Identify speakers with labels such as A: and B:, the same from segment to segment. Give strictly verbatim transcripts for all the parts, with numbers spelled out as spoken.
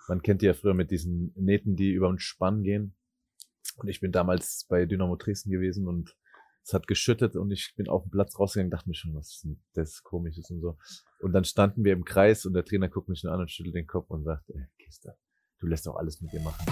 A: man kennt die ja früher mit diesen Nähten, die über den Spann gehen. Und ich bin damals bei Dynamo Dresden gewesen und es hat geschüttet und ich bin auf den Platz rausgegangen, dachte mir schon, was ist denn das Komisches und so. Und dann standen wir im Kreis und der Trainer guckt mich nur an und schüttelt den Kopf und sagt, ey, Kiste, du lässt auch alles mit dir machen.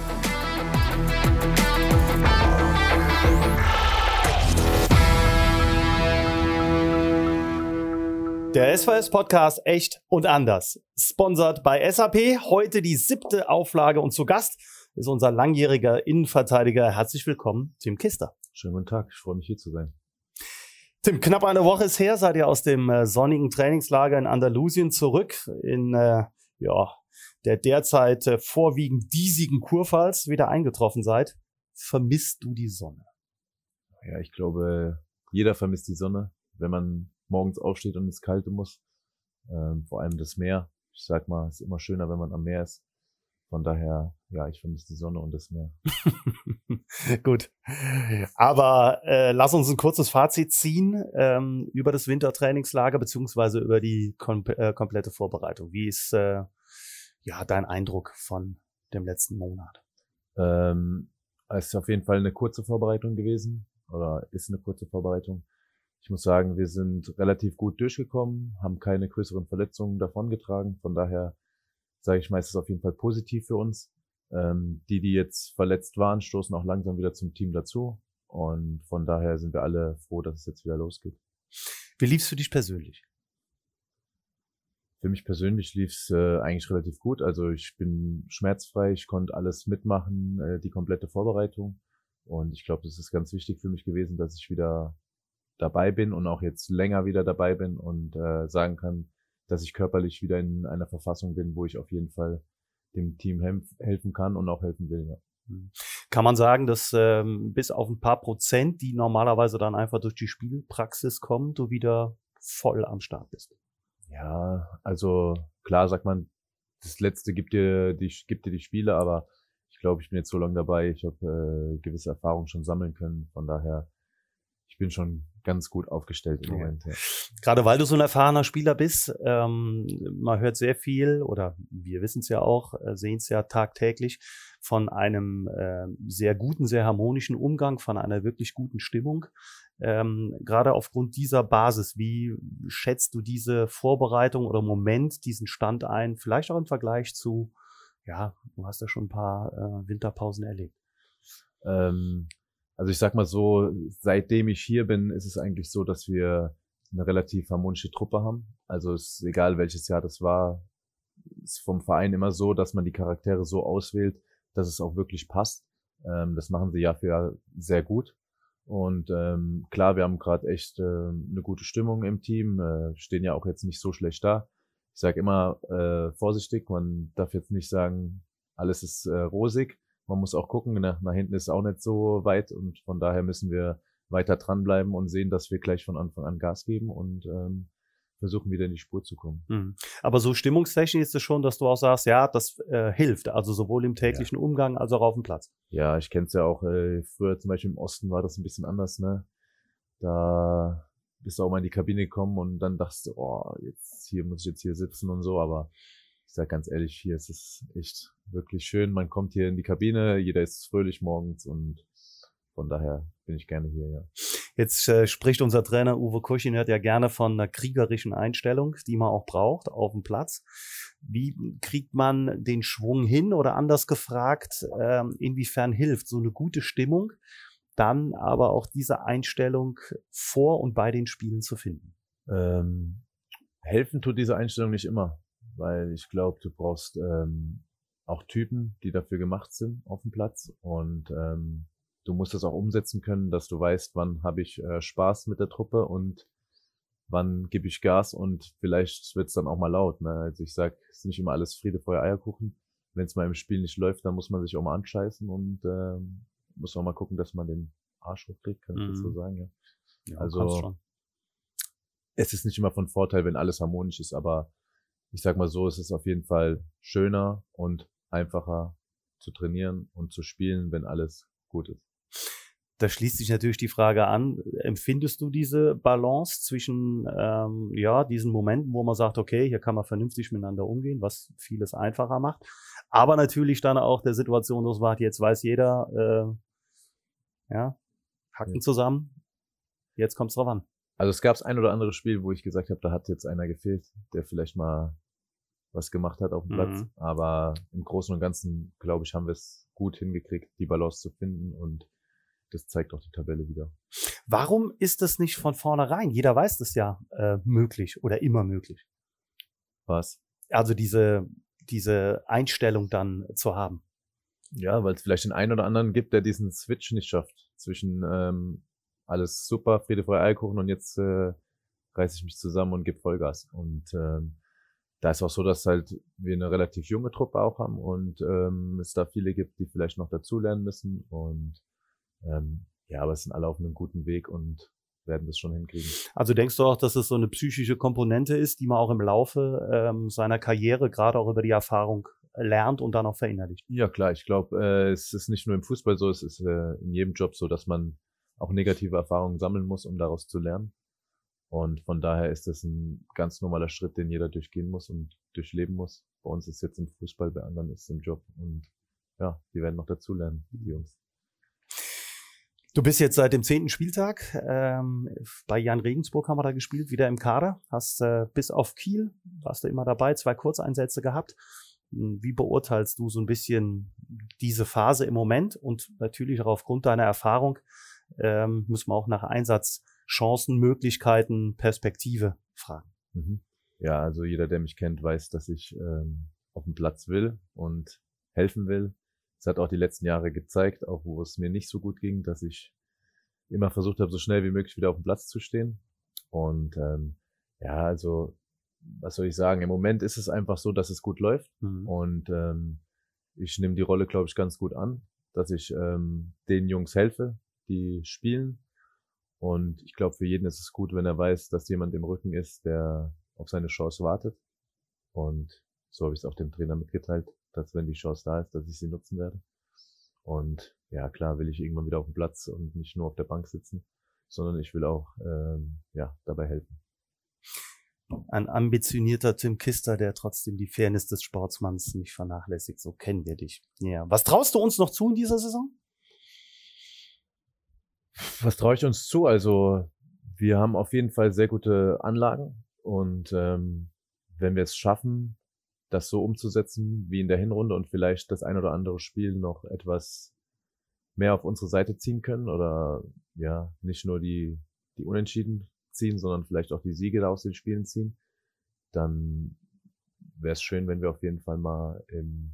B: Der S V S-Podcast Echt und Anders. Sponsert bei S A P. Heute die siebte Auflage und zu Gast ist unser langjähriger Innenverteidiger. Herzlich willkommen, Tim Kister.
A: Schönen guten Tag, ich freue mich hier zu sein.
B: Tim, knapp eine Woche ist her, seid ihr aus dem äh, sonnigen Trainingslager in Andalusien zurück in äh, ja, der derzeit äh, vorwiegend diesigen Kurpfalz wieder eingetroffen seid. Vermisst du die Sonne?
A: Ja, ich glaube, jeder vermisst die Sonne, wenn man morgens aufsteht und ins Kalte muss. Ähm, vor allem das Meer. Ich sag mal, es ist immer schöner, wenn man am Meer ist. Von daher, ja, ich vermisse die Sonne und das Meer.
B: Gut. Aber äh, lass uns ein kurzes Fazit ziehen ähm, über das Wintertrainingslager beziehungsweise über die kom- äh, komplette Vorbereitung. Wie ist äh, ja dein Eindruck von dem letzten Monat?
A: Ähm, es ist auf jeden Fall eine kurze Vorbereitung gewesen oder ist eine kurze Vorbereitung. Ich muss sagen, wir sind relativ gut durchgekommen, haben keine größeren Verletzungen davongetragen. Von daher sage ich mal, ist es auf jeden Fall positiv für uns. Ähm, die, die jetzt verletzt waren, stoßen auch langsam wieder zum Team dazu. Und von daher sind wir alle froh, dass es jetzt wieder losgeht.
B: Wie lief's für dich persönlich?
A: Für mich persönlich lief's äh, eigentlich relativ gut. Also ich bin schmerzfrei, ich konnte alles mitmachen, äh, die komplette Vorbereitung. Und ich glaube, das ist ganz wichtig für mich gewesen, dass ich wieder dabei bin und auch jetzt länger wieder dabei bin und äh, sagen kann, dass ich körperlich wieder in einer Verfassung bin, wo ich auf jeden Fall dem Team helf- helfen kann und auch helfen will. Ja.
B: Kann man sagen, dass ähm, bis auf ein paar Prozent, die normalerweise dann einfach durch die Spielpraxis kommen, du wieder voll am Start bist?
A: Ja, also klar sagt man, das Letzte gibt dir die, gibt dir die Spiele, aber ich glaube, ich bin jetzt so lange dabei, ich habe äh, gewisse Erfahrungen schon sammeln können, von daher ich bin schon ganz gut aufgestellt im
B: Ja.
A: Moment. Ja.
B: Gerade weil du so ein erfahrener Spieler bist, ähm, man hört sehr viel, oder wir wissen es ja auch, äh, sehen es ja tagtäglich, von einem äh, sehr guten, sehr harmonischen Umgang, von einer wirklich guten Stimmung. Ähm, gerade aufgrund dieser Basis, wie schätzt du diese Vorbereitung oder Moment, diesen Stand ein, vielleicht auch im Vergleich zu, ja, du hast ja schon ein paar äh, Winterpausen erlebt.
A: Ähm, Also ich sag mal so, seitdem ich hier bin, ist es eigentlich so, dass wir eine relativ harmonische Truppe haben. Also es ist egal, welches Jahr das war, ist vom Verein immer so, dass man die Charaktere so auswählt, dass es auch wirklich passt. Ähm, das machen sie Jahr für Jahr sehr gut. Und ähm, klar, wir haben gerade echt äh, eine gute Stimmung im Team, äh, stehen ja auch jetzt nicht so schlecht da. Ich sage immer äh, vorsichtig, man darf jetzt nicht sagen, alles ist äh, rosig. Man muss auch gucken, nach, nach hinten ist auch nicht so weit und von daher müssen wir weiter dranbleiben und sehen, dass wir gleich von Anfang an Gas geben und ähm, versuchen wieder in die Spur zu kommen.
B: Mhm. Aber so stimmungstechnisch ist es schon, dass du auch sagst, ja, das äh, hilft, also sowohl im täglichen ja. Umgang als auch auf dem Platz.
A: Ja, ich kenne es ja auch, äh, früher zum Beispiel im Osten war das ein bisschen anders, ne? Da bist du auch mal in die Kabine gekommen und dann dachtest du, oh, jetzt hier muss ich jetzt hier sitzen und so, aber ich sag ganz ehrlich, hier ist es echt wirklich schön. Man kommt hier in die Kabine, jeder ist fröhlich morgens und von daher bin ich gerne hier, ja.
B: Jetzt äh, spricht unser Trainer Uwe Kuchinert ja gerne von einer kriegerischen Einstellung, die man auch braucht auf dem Platz. Wie kriegt man den Schwung hin oder anders gefragt, ähm, inwiefern hilft so eine gute Stimmung, dann aber auch diese Einstellung vor und bei den Spielen zu finden?
A: Ähm, helfen tut diese Einstellung nicht immer. Weil ich glaube, du brauchst ähm, auch Typen, die dafür gemacht sind auf dem Platz und ähm, du musst das auch umsetzen können, dass du weißt, wann habe ich äh, Spaß mit der Truppe und wann gebe ich Gas und vielleicht wird es dann auch mal laut. Ne? Also ich sag, es ist nicht immer alles Friede, Feuer, Eierkuchen. Wenn es mal im Spiel nicht läuft, dann muss man sich auch mal anscheißen und ähm, muss auch mal gucken, dass man den Arsch hochkriegt, kann ich das so sagen. Ja,
B: ja
A: also es ist nicht immer von Vorteil, wenn alles harmonisch ist, aber ich sag mal so, es ist auf jeden Fall schöner und einfacher zu trainieren und zu spielen, wenn alles gut ist.
B: Da schließt sich natürlich die Frage an, empfindest du diese Balance zwischen ähm, ja diesen Momenten, wo man sagt, okay, hier kann man vernünftig miteinander umgehen, was vieles einfacher macht, aber natürlich dann auch der Situation, das war, jetzt weiß jeder, äh, ja, Hacken ja. zusammen, jetzt kommt's drauf an.
A: Also es gab ein oder andere Spiel, wo ich gesagt habe, da hat jetzt einer gefehlt, der vielleicht mal was gemacht hat auf dem Platz, mhm. aber im Großen und Ganzen, glaube ich, haben wir es gut hingekriegt, die Balance zu finden, und das zeigt auch die Tabelle wieder.
B: Warum ist das nicht von vornherein? Jeder weiß das ja äh, möglich oder immer möglich.
A: Was?
B: Also diese, diese Einstellung dann zu haben.
A: Ja, weil es vielleicht den einen oder anderen gibt, der diesen Switch nicht schafft. Zwischen ähm, alles super, Friede, Freude, Eierkuchen, und jetzt äh, reiße ich mich zusammen und gebe Vollgas. Und ähm, da ist auch so, dass halt wir eine relativ junge Truppe auch haben und ähm, es da viele gibt, die vielleicht noch dazulernen müssen. Und Ähm, ja, aber es sind alle auf einem guten Weg und werden das schon hinkriegen.
B: Also denkst du auch, dass es so eine psychische Komponente ist, die man auch im Laufe ähm, seiner Karriere, gerade auch über die Erfahrung, lernt und dann auch verinnerlicht?
A: Ja klar, ich glaube, äh, es ist nicht nur im Fußball so, es ist äh, in jedem Job so, dass man auch negative Erfahrungen sammeln muss, um daraus zu lernen. Und von daher ist das ein ganz normaler Schritt, den jeder durchgehen muss und durchleben muss. Bei uns ist es jetzt im Fußball, bei anderen ist es im Job. Und ja, die werden noch dazulernen, die Jungs.
B: Du bist jetzt seit dem zehnten Spieltag ähm, bei Jan Regensburg, haben wir da gespielt, wieder im Kader. Hast äh, bis auf Kiel, warst du immer dabei, zwei Kurzeinsätze gehabt. Wie beurteilst du so ein bisschen diese Phase im Moment? Und natürlich auch aufgrund deiner Erfahrung ähm, müssen wir auch nach Einsatzchancen, Möglichkeiten, Perspektive fragen.
A: Mhm. Ja, also jeder, der mich kennt, weiß, dass ich ähm, auf dem Platz will und helfen will. Es hat auch die letzten Jahre gezeigt, auch wo es mir nicht so gut ging, dass ich immer versucht habe, so schnell wie möglich wieder auf dem Platz zu stehen. Und ähm, ja, also was soll ich sagen, im Moment ist es einfach so, dass es gut läuft. Mhm. Und ähm, ich nehme die Rolle, glaube ich, ganz gut an, dass ich ähm, den Jungs helfe, die spielen. Und ich glaube, für jeden ist es gut, wenn er weiß, dass jemand im Rücken ist, der auf seine Chance wartet. Und so habe ich es auch dem Trainer mitgeteilt, dass wenn die Chance da ist, dass ich sie nutzen werde. Und ja, klar will ich irgendwann wieder auf dem Platz und nicht nur auf der Bank sitzen, sondern ich will auch ähm, ja dabei helfen.
B: Ein ambitionierter Tim Kister, der trotzdem die Fairness des Sportsmanns nicht vernachlässigt. So kennen wir dich. Ja. Was traust du uns noch zu in dieser Saison?
A: Was traue ich uns zu? Also wir haben auf jeden Fall sehr gute Anlagen und ähm, wenn wir es schaffen, das so umzusetzen wie in der Hinrunde und vielleicht das ein oder andere Spiel noch etwas mehr auf unsere Seite ziehen können oder ja, nicht nur die die Unentschieden ziehen, sondern vielleicht auch die Siege da aus den Spielen ziehen, dann wäre es schön, wenn wir auf jeden Fall mal im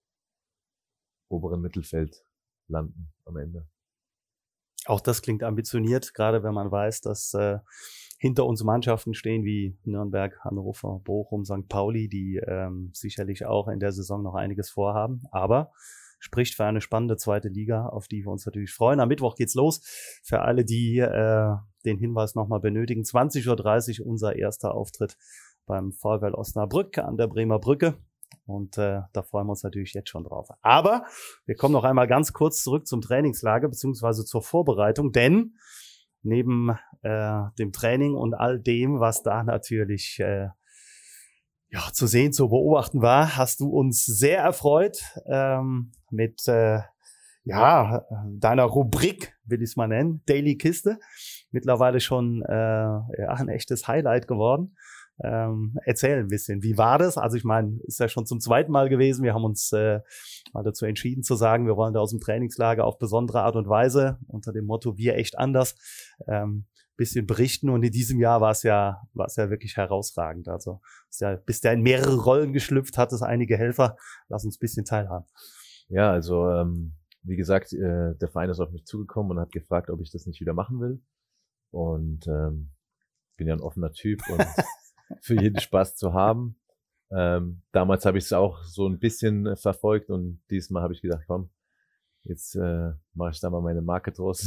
A: oberen Mittelfeld landen am Ende.
B: Auch das klingt ambitioniert, gerade wenn man weiß, dass äh, hinter uns Mannschaften stehen wie Nürnberg, Hannover, Bochum, Sankt Pauli, die ähm, sicherlich auch in der Saison noch einiges vorhaben. Aber spricht für eine spannende zweite Liga, auf die wir uns natürlich freuen. Am Mittwoch geht's los. Für alle, die äh, den Hinweis nochmal benötigen, zwanzig Uhr dreißig unser erster Auftritt beim VfL Osnabrück an der Bremer Brücke. Und äh, da freuen wir uns natürlich jetzt schon drauf. Aber wir kommen noch einmal ganz kurz zurück zum Trainingslager beziehungsweise zur Vorbereitung, denn neben äh, dem Training und all dem, was da natürlich äh, ja zu sehen, zu beobachten war, hast du uns sehr erfreut ähm, mit äh, ja deiner Rubrik, will ich es mal nennen, Daily Kiste. Mittlerweile schon äh, ja, ein echtes Highlight geworden. Ähm, erzähl ein bisschen, wie war das? Also ich meine, ist ja schon zum zweiten Mal gewesen. Wir haben uns äh, mal dazu entschieden zu sagen, wir wollen da aus dem Trainingslager auf besondere Art und Weise unter dem Motto wir echt anders ähm, bisschen berichten. Und in diesem Jahr war es ja war es ja wirklich herausragend. Also bist ja, bist ja in mehrere Rollen geschlüpft, hattest einige Helfer. Lass uns ein bisschen teilhaben.
A: Ja, also ähm, wie gesagt, äh, der Verein ist auf mich zugekommen und hat gefragt, ob ich das nicht wieder machen will. Und ähm, bin ja ein offener Typ und für jeden Spaß zu haben. Ähm, damals habe ich es auch so ein bisschen verfolgt und diesmal habe ich gedacht, komm, jetzt äh, mache ich da mal meine Marke draus.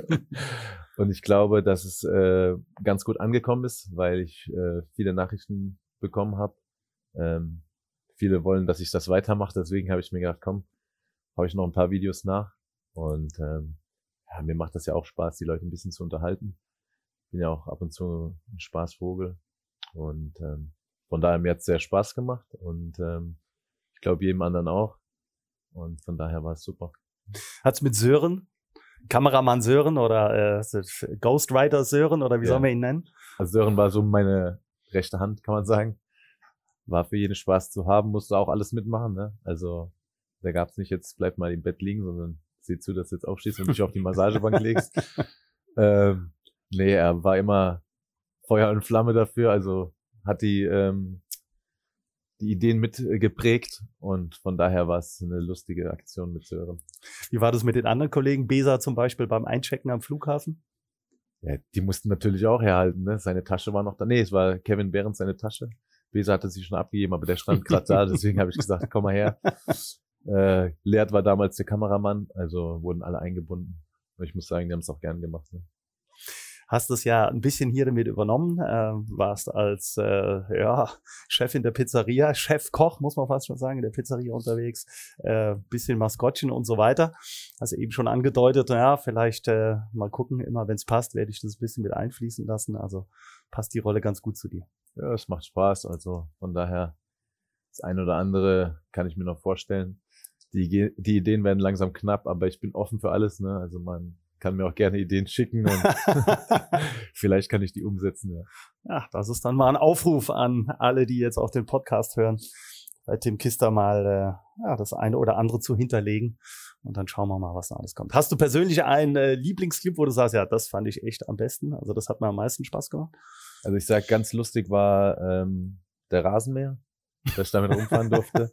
A: Und ich glaube, dass es äh, ganz gut angekommen ist, weil ich äh, viele Nachrichten bekommen habe. Ähm, viele wollen, dass ich das weitermache, deswegen habe ich mir gedacht, komm, hau ich noch ein paar Videos nach. Und ähm, ja, mir macht das ja auch Spaß, die Leute ein bisschen zu unterhalten. Bin ja auch ab und zu ein Spaßvogel. Und ähm, von daher, mir hat's sehr Spaß gemacht und ähm, ich glaube jedem anderen auch. Und von daher war es super.
B: Hat's mit Sören, Kameramann Sören oder äh, Ghostwriter Sören oder wie ja. sollen wir ihn nennen?
A: Also Sören war so meine rechte Hand, kann man sagen. War für jeden Spaß zu haben, musste auch alles mitmachen. Ne? Also da gab's nicht jetzt, bleib mal im Bett liegen, sondern sieh zu, dass du jetzt aufstehst und dich auf die Massagebank legst. Ähm, nee, er war immer Feuer und Flamme dafür, also hat die ähm, die Ideen mit geprägt und von daher war es eine lustige Aktion mit Sören.
B: Wie war das mit den anderen Kollegen? Besa zum Beispiel beim Einchecken am Flughafen?
A: Ja, die mussten natürlich auch herhalten, ne? Seine Tasche war noch da. Nee, es war Kevin Behrens seine Tasche. Besa hatte sie schon abgegeben, aber der stand gerade da, deswegen habe ich gesagt, komm mal her. Äh, Leert war damals der Kameramann, also wurden alle eingebunden. Und ich muss sagen, die haben es auch gern gemacht. Ne?
B: Hast es ja ein bisschen hier damit übernommen, äh, warst als äh, ja, Chef in der Pizzeria, Chefkoch, muss man fast schon sagen, in der Pizzeria unterwegs, äh, bisschen Maskottchen und so weiter. Hast eben schon angedeutet, ja, vielleicht äh, mal gucken, immer wenn es passt, werde ich das ein bisschen mit einfließen lassen. Also passt die Rolle ganz gut zu dir.
A: Ja, es macht Spaß, also von daher das eine oder andere kann ich mir noch vorstellen. Die, die Ideen werden langsam knapp, aber ich bin offen für alles, ne? Also man kann mir auch gerne Ideen schicken und vielleicht kann ich die umsetzen, ja.
B: Ja, das ist dann mal ein Aufruf an alle, die jetzt auch den Podcast hören, bei Tim Kister mal äh, ja, das eine oder andere zu hinterlegen und dann schauen wir mal, was da alles kommt. Hast du persönlich einen äh, Lieblingsclip, wo du sagst, ja, das fand ich echt am besten, also das hat mir am meisten Spaß gemacht?
A: Also ich sag, ganz lustig war ähm, der Rasenmäher, dass ich damit rumfahren durfte.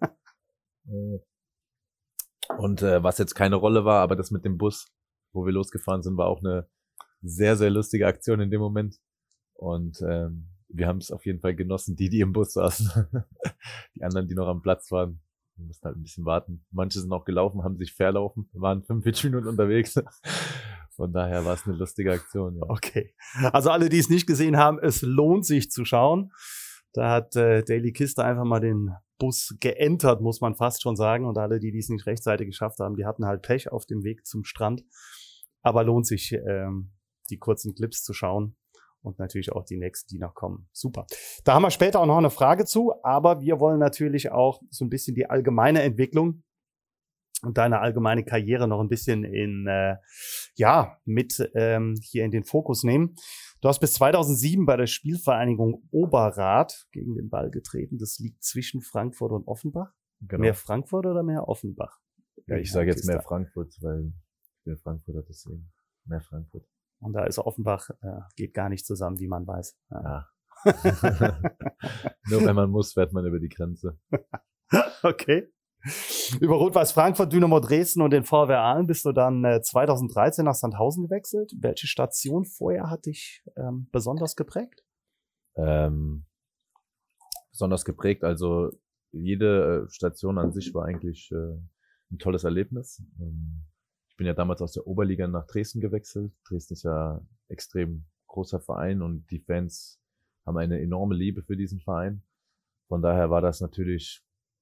A: Und äh, was jetzt keine Rolle war, aber das mit dem Bus, wo wir losgefahren sind, war auch eine sehr, sehr lustige Aktion in dem Moment. Und ähm, wir haben es auf jeden Fall genossen, die, die im Bus saßen. Die anderen, die noch am Platz waren, wir mussten halt ein bisschen warten. Manche sind auch gelaufen, haben sich verlaufen, waren fünfundvierzig Minuten unterwegs. Von daher war es eine lustige Aktion. Ja.
B: Okay, also alle, die es nicht gesehen haben, es lohnt sich zu schauen. Da hat äh, Daily Kister einfach mal den Bus geentert, muss man fast schon sagen. Und alle, die dies nicht rechtzeitig geschafft haben, die hatten halt Pech auf dem Weg zum Strand. Aber lohnt sich, ähm, die kurzen Clips zu schauen und natürlich auch die nächsten, die noch kommen. Super. Da haben wir später auch noch eine Frage zu, aber wir wollen natürlich auch so ein bisschen die allgemeine Entwicklung und deine allgemeine Karriere noch ein bisschen in, äh, ja, mit ähm, hier in den Fokus nehmen. Du hast bis zweitausendsieben bei der Spielvereinigung Oberrath gegen den Ball getreten. Das liegt zwischen Frankfurt und Offenbach. Genau. Mehr Frankfurt oder mehr Offenbach?
A: Ja, ich sage jetzt mehr Frankfurt, weil ich bin Frankfurter, deswegen mehr Frankfurt.
B: Und da ist Offenbach, äh, geht gar nicht zusammen, wie man weiß.
A: Ja. ja. Nur wenn man muss, fährt man über die Grenze.
B: Okay. Über Rot-Weiß Frankfurt, Dynamo Dresden und den VfR Aalen bist du dann äh, zweitausenddreizehn nach Sandhausen gewechselt. Welche Station vorher hat dich ähm, besonders geprägt?
A: Ähm, besonders geprägt, also jede äh, Station an sich war eigentlich äh, ein tolles Erlebnis. Ähm, ich bin ja damals aus der Oberliga nach Dresden gewechselt. Dresden ist ja extrem großer Verein und die Fans haben eine enorme Liebe für diesen Verein. Von daher war das natürlich,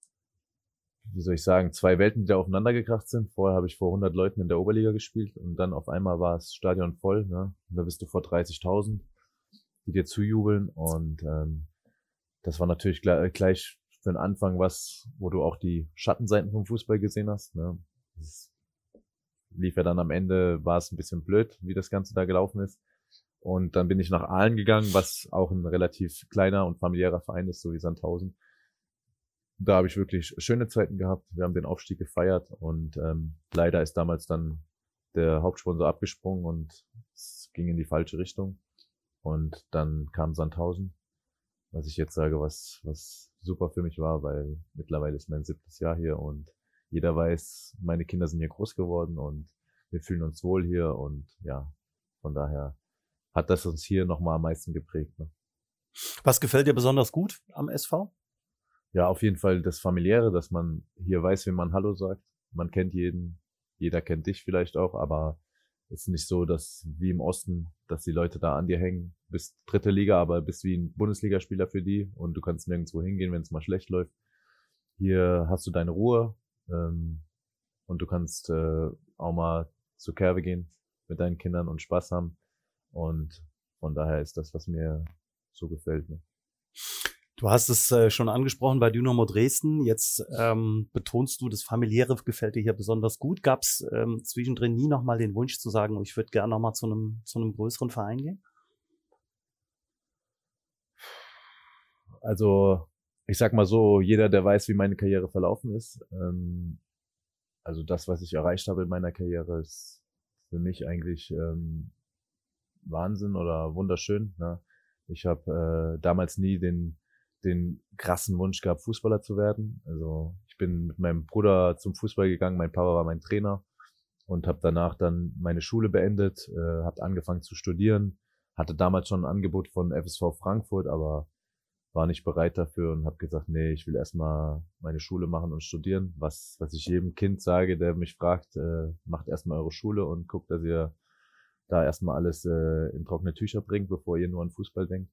A: wie soll ich sagen, zwei Welten, die da aufeinander gekracht sind. Vorher habe ich vor hundert Leuten in der Oberliga gespielt und dann auf einmal war das Stadion voll. Ne? Und da bist du vor dreißigtausend, die dir zujubeln und ähm, das war natürlich gleich, gleich für den Anfang was, wo du auch die Schattenseiten vom Fußball gesehen hast. Ne? Das lief ja dann am Ende, war es ein bisschen blöd, wie das Ganze da gelaufen ist. Und dann bin ich nach Aalen gegangen, was auch ein relativ kleiner und familiärer Verein ist, so wie Sandhausen. Da habe ich wirklich schöne Zeiten gehabt. Wir haben den Aufstieg gefeiert und ähm, leider ist damals dann der Hauptsponsor abgesprungen und es ging in die falsche Richtung. Und dann kam Sandhausen, was ich jetzt sage, was was super für mich war, weil mittlerweile ist mein siebtes Jahr hier und jeder weiß, meine Kinder sind hier groß geworden und wir fühlen uns wohl hier und ja, von daher hat das uns hier nochmal am meisten geprägt. Ne?
B: Was gefällt dir besonders gut am S V?
A: Ja, auf jeden Fall das Familiäre, dass man hier weiß, wenn man Hallo sagt. Man kennt jeden, jeder kennt dich vielleicht auch, aber es ist nicht so, dass wie im Osten, dass die Leute da an dir hängen. Du bist dritte Liga, aber bist wie ein Bundesligaspieler für die und du kannst nirgendwo hingehen, wenn es mal schlecht läuft. Hier hast du deine Ruhe ähm, und du kannst äh, auch mal zur Kerbe gehen, mit deinen Kindern und Spaß haben. Und von daher ist das, was mir so gefällt. Ne?
B: Du hast es äh, schon angesprochen bei Dynamo Dresden. Jetzt ähm, betonst du, das Familiäre gefällt dir hier besonders gut. Gab es ähm, zwischendrin nie nochmal den Wunsch zu sagen, ich würde gerne nochmal zu einem zu einem größeren Verein gehen?
A: Also ich sag mal so, jeder, der weiß, wie meine Karriere verlaufen ist, ähm, also das, was ich erreicht habe in meiner Karriere, ist für mich eigentlich ähm, Wahnsinn oder wunderschön. Ne? Ich habe äh, damals nie den den krassen Wunsch gehabt, Fußballer zu werden. Also ich bin mit meinem Bruder zum Fußball gegangen, mein Papa war mein Trainer und habe danach dann meine Schule beendet, äh, habe angefangen zu studieren, hatte damals schon ein Angebot von F S V Frankfurt, aber war nicht bereit dafür und habe gesagt, nee, ich will erstmal meine Schule machen und studieren, was was ich jedem Kind sage, der mich fragt, äh, macht erstmal eure Schule und guckt, dass ihr da erstmal alles äh, in trockene Tücher bringt, bevor ihr nur an Fußball denkt.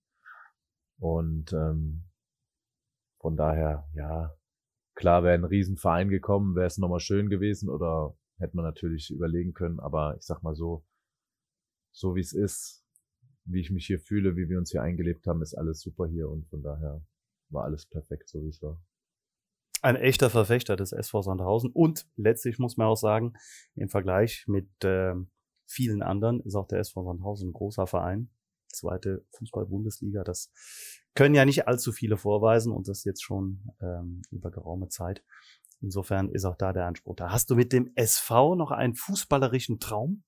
A: Und ähm, von daher, ja, klar wäre ein Riesenverein gekommen, wäre es nochmal schön gewesen oder hätte man natürlich überlegen können, aber ich sag mal so, so wie es ist, wie ich mich hier fühle, wie wir uns hier eingelebt haben, ist alles super hier und von daher war alles perfekt, so wie es war.
B: Ein echter Verfechter des S V Sandhausen und letztlich muss man auch sagen, im Vergleich mit äh, vielen anderen ist auch der S V Sandhausen ein großer Verein. Zweite Fußball-Bundesliga, das können ja nicht allzu viele vorweisen und das jetzt schon ähm, über geraume Zeit. Insofern ist auch da der Anspruch da. Hast du mit dem S V noch einen fußballerischen Traum?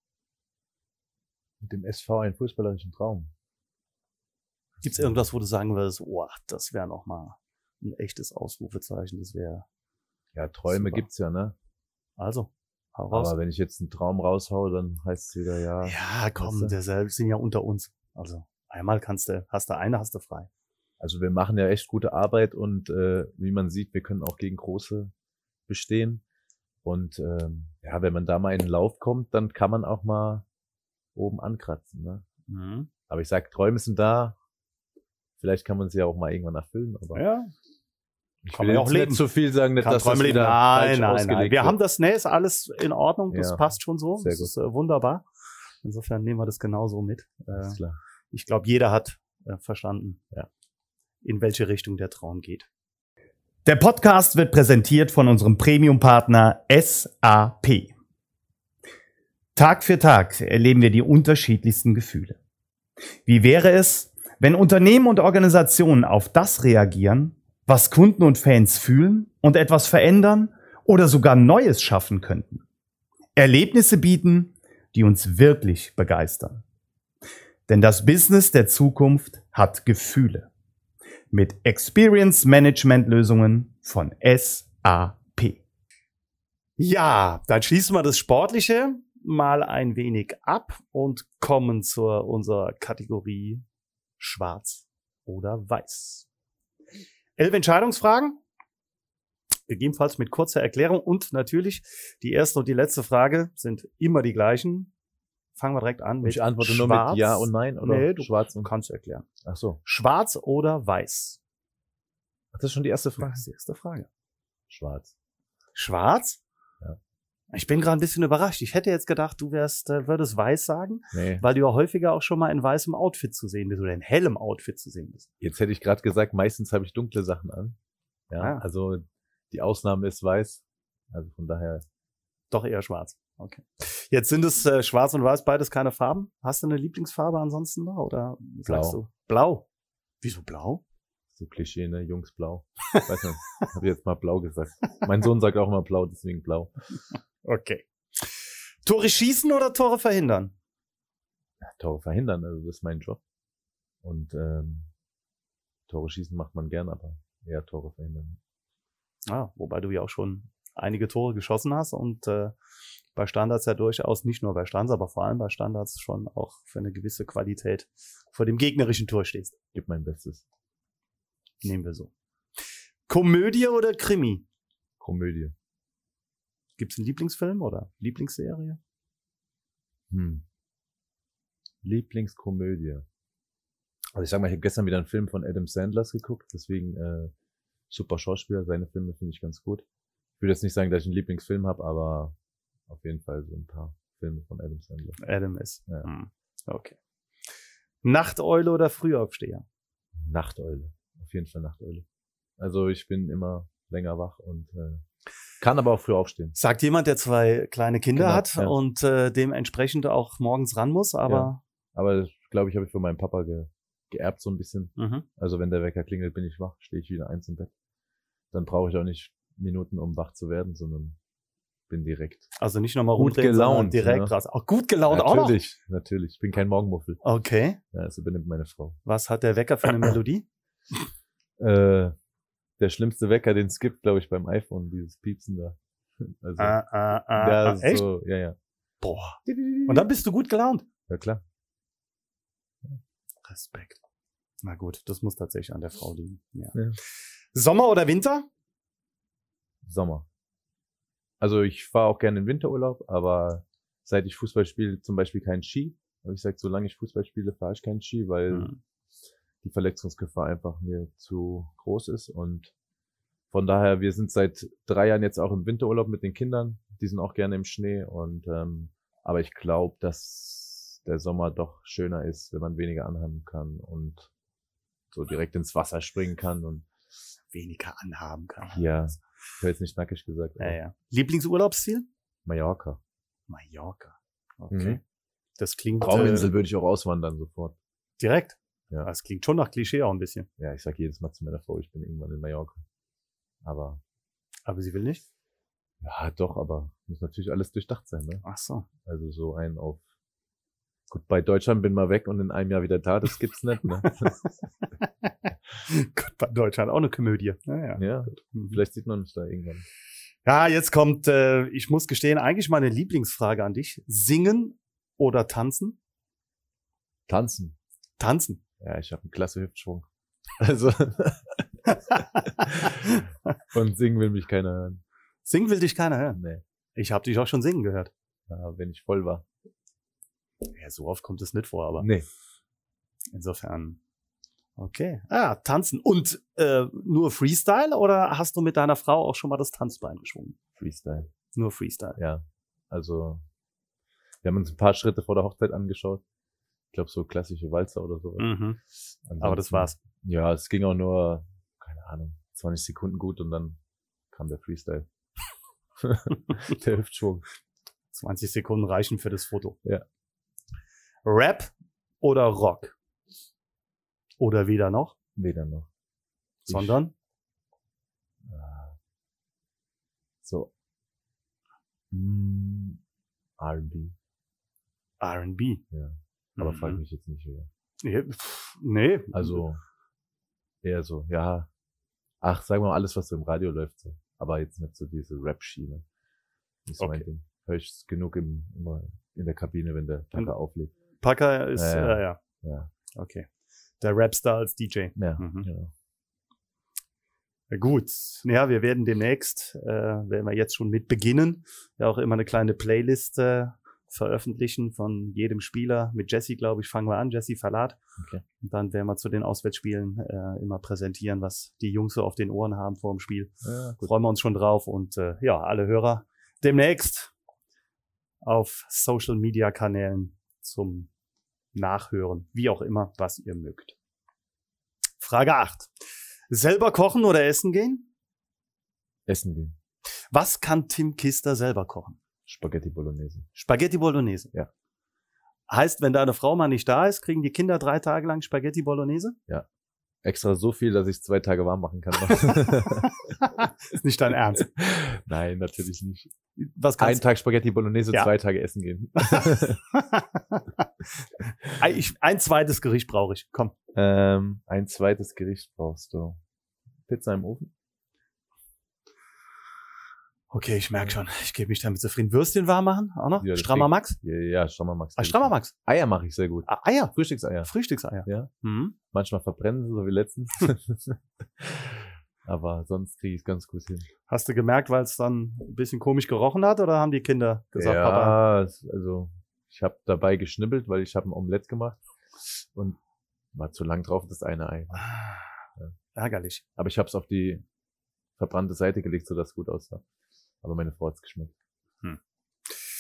A: Mit dem S V einen fußballerischen Traum?
B: Gibt es irgendwas, wo du sagen würdest, oh, das wäre noch mal ein echtes Ausrufezeichen, das wäre...
A: Ja, Träume super. Gibt's ja, ne?
B: Also, hau raus.
A: Aber wenn ich jetzt einen Traum raushaue, dann heißt es wieder, ja...
B: Ja, komm, der selbst sind ja unter uns. Also einmal kannst du, hast du eine, hast du frei.
A: Also wir machen ja echt gute Arbeit und äh, wie man sieht, wir können auch gegen Große bestehen. Und ähm, ja, wenn man da mal in den Lauf kommt, dann kann man auch mal oben ankratzen. Ne? Mhm. Aber ich sag, Träume sind da. Vielleicht kann man sie ja auch mal irgendwann erfüllen. Aber
B: ja.
A: Ich kann will man auch nicht zu viel sagen, nicht, dass
B: das
A: wieder
B: nein,
A: falsch
B: nein, nein. Wir
A: wird.
B: haben das, ne, ist alles in Ordnung. Das
A: ja,
B: passt schon so.
A: Sehr
B: das
A: gut.
B: ist äh, wunderbar. Insofern nehmen wir das genauso mit. Äh,
A: ist klar.
B: Ich glaube, jeder hat äh, verstanden,
A: ja.
B: in welche Richtung der Traum geht.
C: Der Podcast wird präsentiert von unserem Premium-Partner S A P. Tag für Tag erleben wir die unterschiedlichsten Gefühle. Wie wäre es, wenn Unternehmen und Organisationen auf das reagieren, was Kunden und Fans fühlen und etwas verändern oder sogar Neues schaffen könnten? Erlebnisse bieten, die uns wirklich begeistern. Denn das Business der Zukunft hat Gefühle. Mit Experience Management Lösungen von S A P.
B: Ja, dann schließen wir das Sportliche mal ein wenig ab und kommen zu unserer Kategorie Schwarz oder Weiß. Elf Entscheidungsfragen, gegebenenfalls mit kurzer Erklärung und natürlich die erste und die letzte Frage sind immer die gleichen. Fangen wir direkt an mit
A: Ich antworte
B: Schwarz.
A: nur mit Ja und Nein oder
B: nee, du
A: Schwarz und
B: kannst erklären.
A: Ach so.
B: Schwarz oder Weiß?
A: Ach, das ist schon die erste Frage.
B: Das ist die erste Frage.
A: Schwarz.
B: Schwarz?
A: Ja.
B: Ich bin gerade ein bisschen überrascht. Ich hätte jetzt gedacht, du wärst, äh, würdest Weiß sagen,
A: nee.
B: weil du ja häufiger auch schon mal in weißem Outfit zu sehen bist oder in hellem Outfit zu sehen bist.
A: Jetzt hätte ich gerade gesagt, meistens habe ich dunkle Sachen an. Ja,
B: ah.
A: also die Ausnahme ist weiß. Also von daher.
B: Doch eher schwarz. Okay. Jetzt sind es äh, schwarz und weiß, beides keine Farben. Hast du eine Lieblingsfarbe ansonsten noch? Oder sagst
A: Blau.
B: du blau? Wieso blau?
A: So Klischee, ne? Jungs blau. Ich weiß nicht, habe jetzt mal blau gesagt. Mein Sohn sagt auch immer blau, deswegen blau.
B: Okay. Tore schießen oder Tore verhindern?
A: Ja, Tore verhindern, also das ist mein Job. Und ähm, Tore schießen macht man gern, aber eher Tore verhindern.
B: Ah, wobei du ja auch schon einige Tore geschossen hast und äh, bei Standards ja durchaus, nicht nur bei Standards, aber vor allem bei Standards schon auch für eine gewisse Qualität vor dem gegnerischen Tor stehst.
A: Gib mein Bestes.
B: Nehmen wir so. Komödie oder Krimi?
A: Komödie.
B: Gibt's einen Lieblingsfilm oder Lieblingsserie?
A: Hm. Lieblingskomödie. Also ich sag mal, ich habe gestern wieder einen Film von Adam Sandler geguckt, deswegen äh, super Schauspieler, seine Filme finde ich ganz gut. Ich würde jetzt nicht sagen, dass ich einen Lieblingsfilm habe, aber auf jeden Fall so ein paar. Filme von Adam Sandler.
B: Adam ist.
A: Ja.
B: Hm. Okay. Nachteule oder Frühaufsteher?
A: Nachteule. Auf jeden Fall Nachteule. Also ich bin immer länger wach und äh, kann aber auch früh aufstehen.
B: Sagt jemand, der zwei kleine Kinder
A: Genau,
B: hat
A: ja.
B: und äh, dementsprechend auch morgens ran muss, aber
A: Ja. Aber glaube ich, habe ich von meinem Papa ge geerbt so ein bisschen.
B: mhm.
A: Also wenn der Wecker klingelt, bin ich wach, stehe ich wieder eins im Bett. Dann brauche ich auch nicht Minuten, um wach zu werden, sondern bin direkt.
B: Also nicht nochmal
A: Gut
B: rumdrehen, sondern
A: gelaunt,
B: direkt
A: ja.
B: raus. Auch gut gelaunt auch noch?
A: Natürlich, natürlich. Ich bin kein Morgenmuffel.
B: Okay.
A: Ja, das übernimmt meine Frau.
B: Was hat der Wecker für eine Melodie?
A: Äh, der schlimmste Wecker, den es gibt, glaube ich, beim iPhone, dieses Piepsen da. Also,
B: Ah, ah, ah,
A: ja,
B: ah, echt?
A: so, ja, ja.
B: Boah. Und dann bist du gut gelaunt.
A: Ja, klar.
B: Respekt. Na gut, das muss tatsächlich an der Frau liegen. Ja.
A: Ja.
B: Sommer oder Winter?
A: Sommer. Also ich fahre auch gerne in Winterurlaub, aber seit ich Fußball spiele, zum Beispiel keinen Ski. Aber ich sage, solange ich Fußball spiele, fahre ich keinen Ski, weil
B: Mhm.
A: die Verletzungsgefahr einfach mir zu groß ist. Und von daher, wir sind seit drei Jahren jetzt auch im Winterurlaub mit den Kindern. Die sind auch gerne im Schnee. Und ähm, aber ich glaube, dass der Sommer doch schöner ist, wenn man weniger anhaben kann und so direkt ins Wasser springen kann. Und
B: Weniger anhaben kann.
A: ja, ich habe jetzt nicht nackig gesagt,
B: Ja,
A: aber
B: ja. Lieblingsurlaubsziel?
A: Mallorca.
B: Mallorca. Okay.
A: Mhm.
B: Das klingt
A: Trauminsel
B: äh,
A: würde ich auch auswandern sofort.
B: direkt.
A: Ja.
B: Das klingt schon nach Klischee auch ein bisschen.
A: Ja, ich sag jedes Mal zu meiner Frau, ich bin irgendwann in Mallorca. Aber,
B: Aber sie will nicht?
A: ja, doch, aber muss natürlich alles durchdacht sein, ne?
B: Ach so.
A: Also so ein auf, gut, bei Deutschland bin mal weg und in einem Jahr wieder da, das gibt's nicht, ne?
B: Gott, bei Deutschland auch eine Komödie. Naja.
A: Ja,
B: Mhm.
A: vielleicht sieht man mich da irgendwann.
B: Ja, jetzt kommt, äh, ich muss gestehen, eigentlich meine Lieblingsfrage an dich. Singen oder tanzen?
A: Tanzen.
B: Tanzen.
A: Ja, ich habe einen klasse Hüftschwung. Also, und singen will mich keiner hören.
B: Singen will dich keiner hören.
A: Nee,
B: Ich habe dich auch schon singen gehört.
A: ja, wenn ich voll war.
B: Ja, so oft kommt es nicht vor, aber
A: Nee.
B: insofern. Okay. Ah, tanzen. Und äh, nur Freestyle oder hast du mit deiner Frau auch schon mal das Tanzbein geschwungen?
A: Freestyle.
B: Nur Freestyle.
A: Ja, also wir haben uns ein paar Schritte vor der Hochzeit angeschaut. Ich glaube, so klassische Walzer oder so.
B: Mhm. Aber das war's.
A: Ja, es ging auch nur, keine Ahnung, zwanzig Sekunden gut und dann kam der Freestyle. Der Hüftschwung.
B: zwanzig Sekunden reichen für das Foto.
A: Ja.
B: Rap oder Rock? Oder weder noch,
A: Weder noch. Ich-
B: sondern
A: äh, so mm, R and B.
B: R and B.
A: Ja. Aber
B: Mhm.
A: frag mich jetzt nicht wer.
B: Ja, pff, nee.
A: Also eher so, ja. Ach, sagen wir mal alles, was so im Radio läuft. So. Aber jetzt nicht so diese Rap-Schiene. Nicht so mein
B: Okay.
A: Ding. Hör ich genug im, immer in der Kabine, wenn der Packer auflegt.
B: Packer ist,
A: Ja,
B: ja,
A: ja.
B: ja.
A: Ja.
B: Okay. Der Rapstar als D J.
A: Ja,
B: Mhm.
A: ja.
B: Ja, gut. Ja, wir werden demnächst, äh, werden wir jetzt schon mit beginnen, ja auch immer eine kleine Playlist äh, veröffentlichen von jedem Spieler. Mit Jesse, glaube ich, fangen wir an, Jesse Verlat.
A: Okay.
B: Und dann werden wir zu den Auswärtsspielen äh, immer präsentieren, was die Jungs so auf den Ohren haben vor dem Spiel.
A: Ja, gut.
B: Freuen wir uns schon drauf und äh, ja, alle Hörer demnächst auf Social Media Kanälen zum Nachhören, wie auch immer, was ihr mögt. Frage acht. Selber kochen oder essen gehen?
A: Essen gehen.
B: Was kann Tim Kister selber kochen?
A: Spaghetti Bolognese.
B: Spaghetti Bolognese.
A: Ja.
B: Heißt, wenn deine Frau mal nicht da ist, kriegen die Kinder drei Tage lang Spaghetti Bolognese?
A: Extra so viel, dass ich es zwei Tage warm machen kann.
B: Ist nicht dein Ernst.
A: Nein, natürlich nicht.
B: Was
A: Ein
B: kannst
A: Tag Spaghetti Bolognese,
B: Ja.
A: zwei Tage essen gehen.
B: ein, ich, ein zweites Gericht brauche ich. Komm.
A: ähm, ein zweites Gericht brauchst du. Pizza im Ofen?
B: Okay, ich merke schon. Ich gebe mich damit zufrieden. Würstchen warm machen? Auch noch?
A: Ja, das
B: Strammer
A: krieg-
B: Max?
A: Ja, ja, Strammer Max.
B: Ah, Strammer Max.
A: Eier mache ich sehr gut.
B: Ah, Eier.
A: Frühstückseier.
B: Frühstückseier.
A: Ja.
B: Mhm.
A: Manchmal verbrennen sie, so wie letztens. Aber sonst kriege ich es ganz gut hin.
B: Hast du gemerkt, weil es dann ein bisschen komisch gerochen hat oder haben die Kinder gesagt, Papa?
A: ja, es- also ich habe dabei geschnibbelt, weil ich habe ein Omelett gemacht und war zu lang drauf, das eine Ei.
B: Ah, ärgerlich.
A: Aber ich habe es auf die verbrannte Seite gelegt, sodass es gut aussah. Aber meine Frau hat's geschmeckt.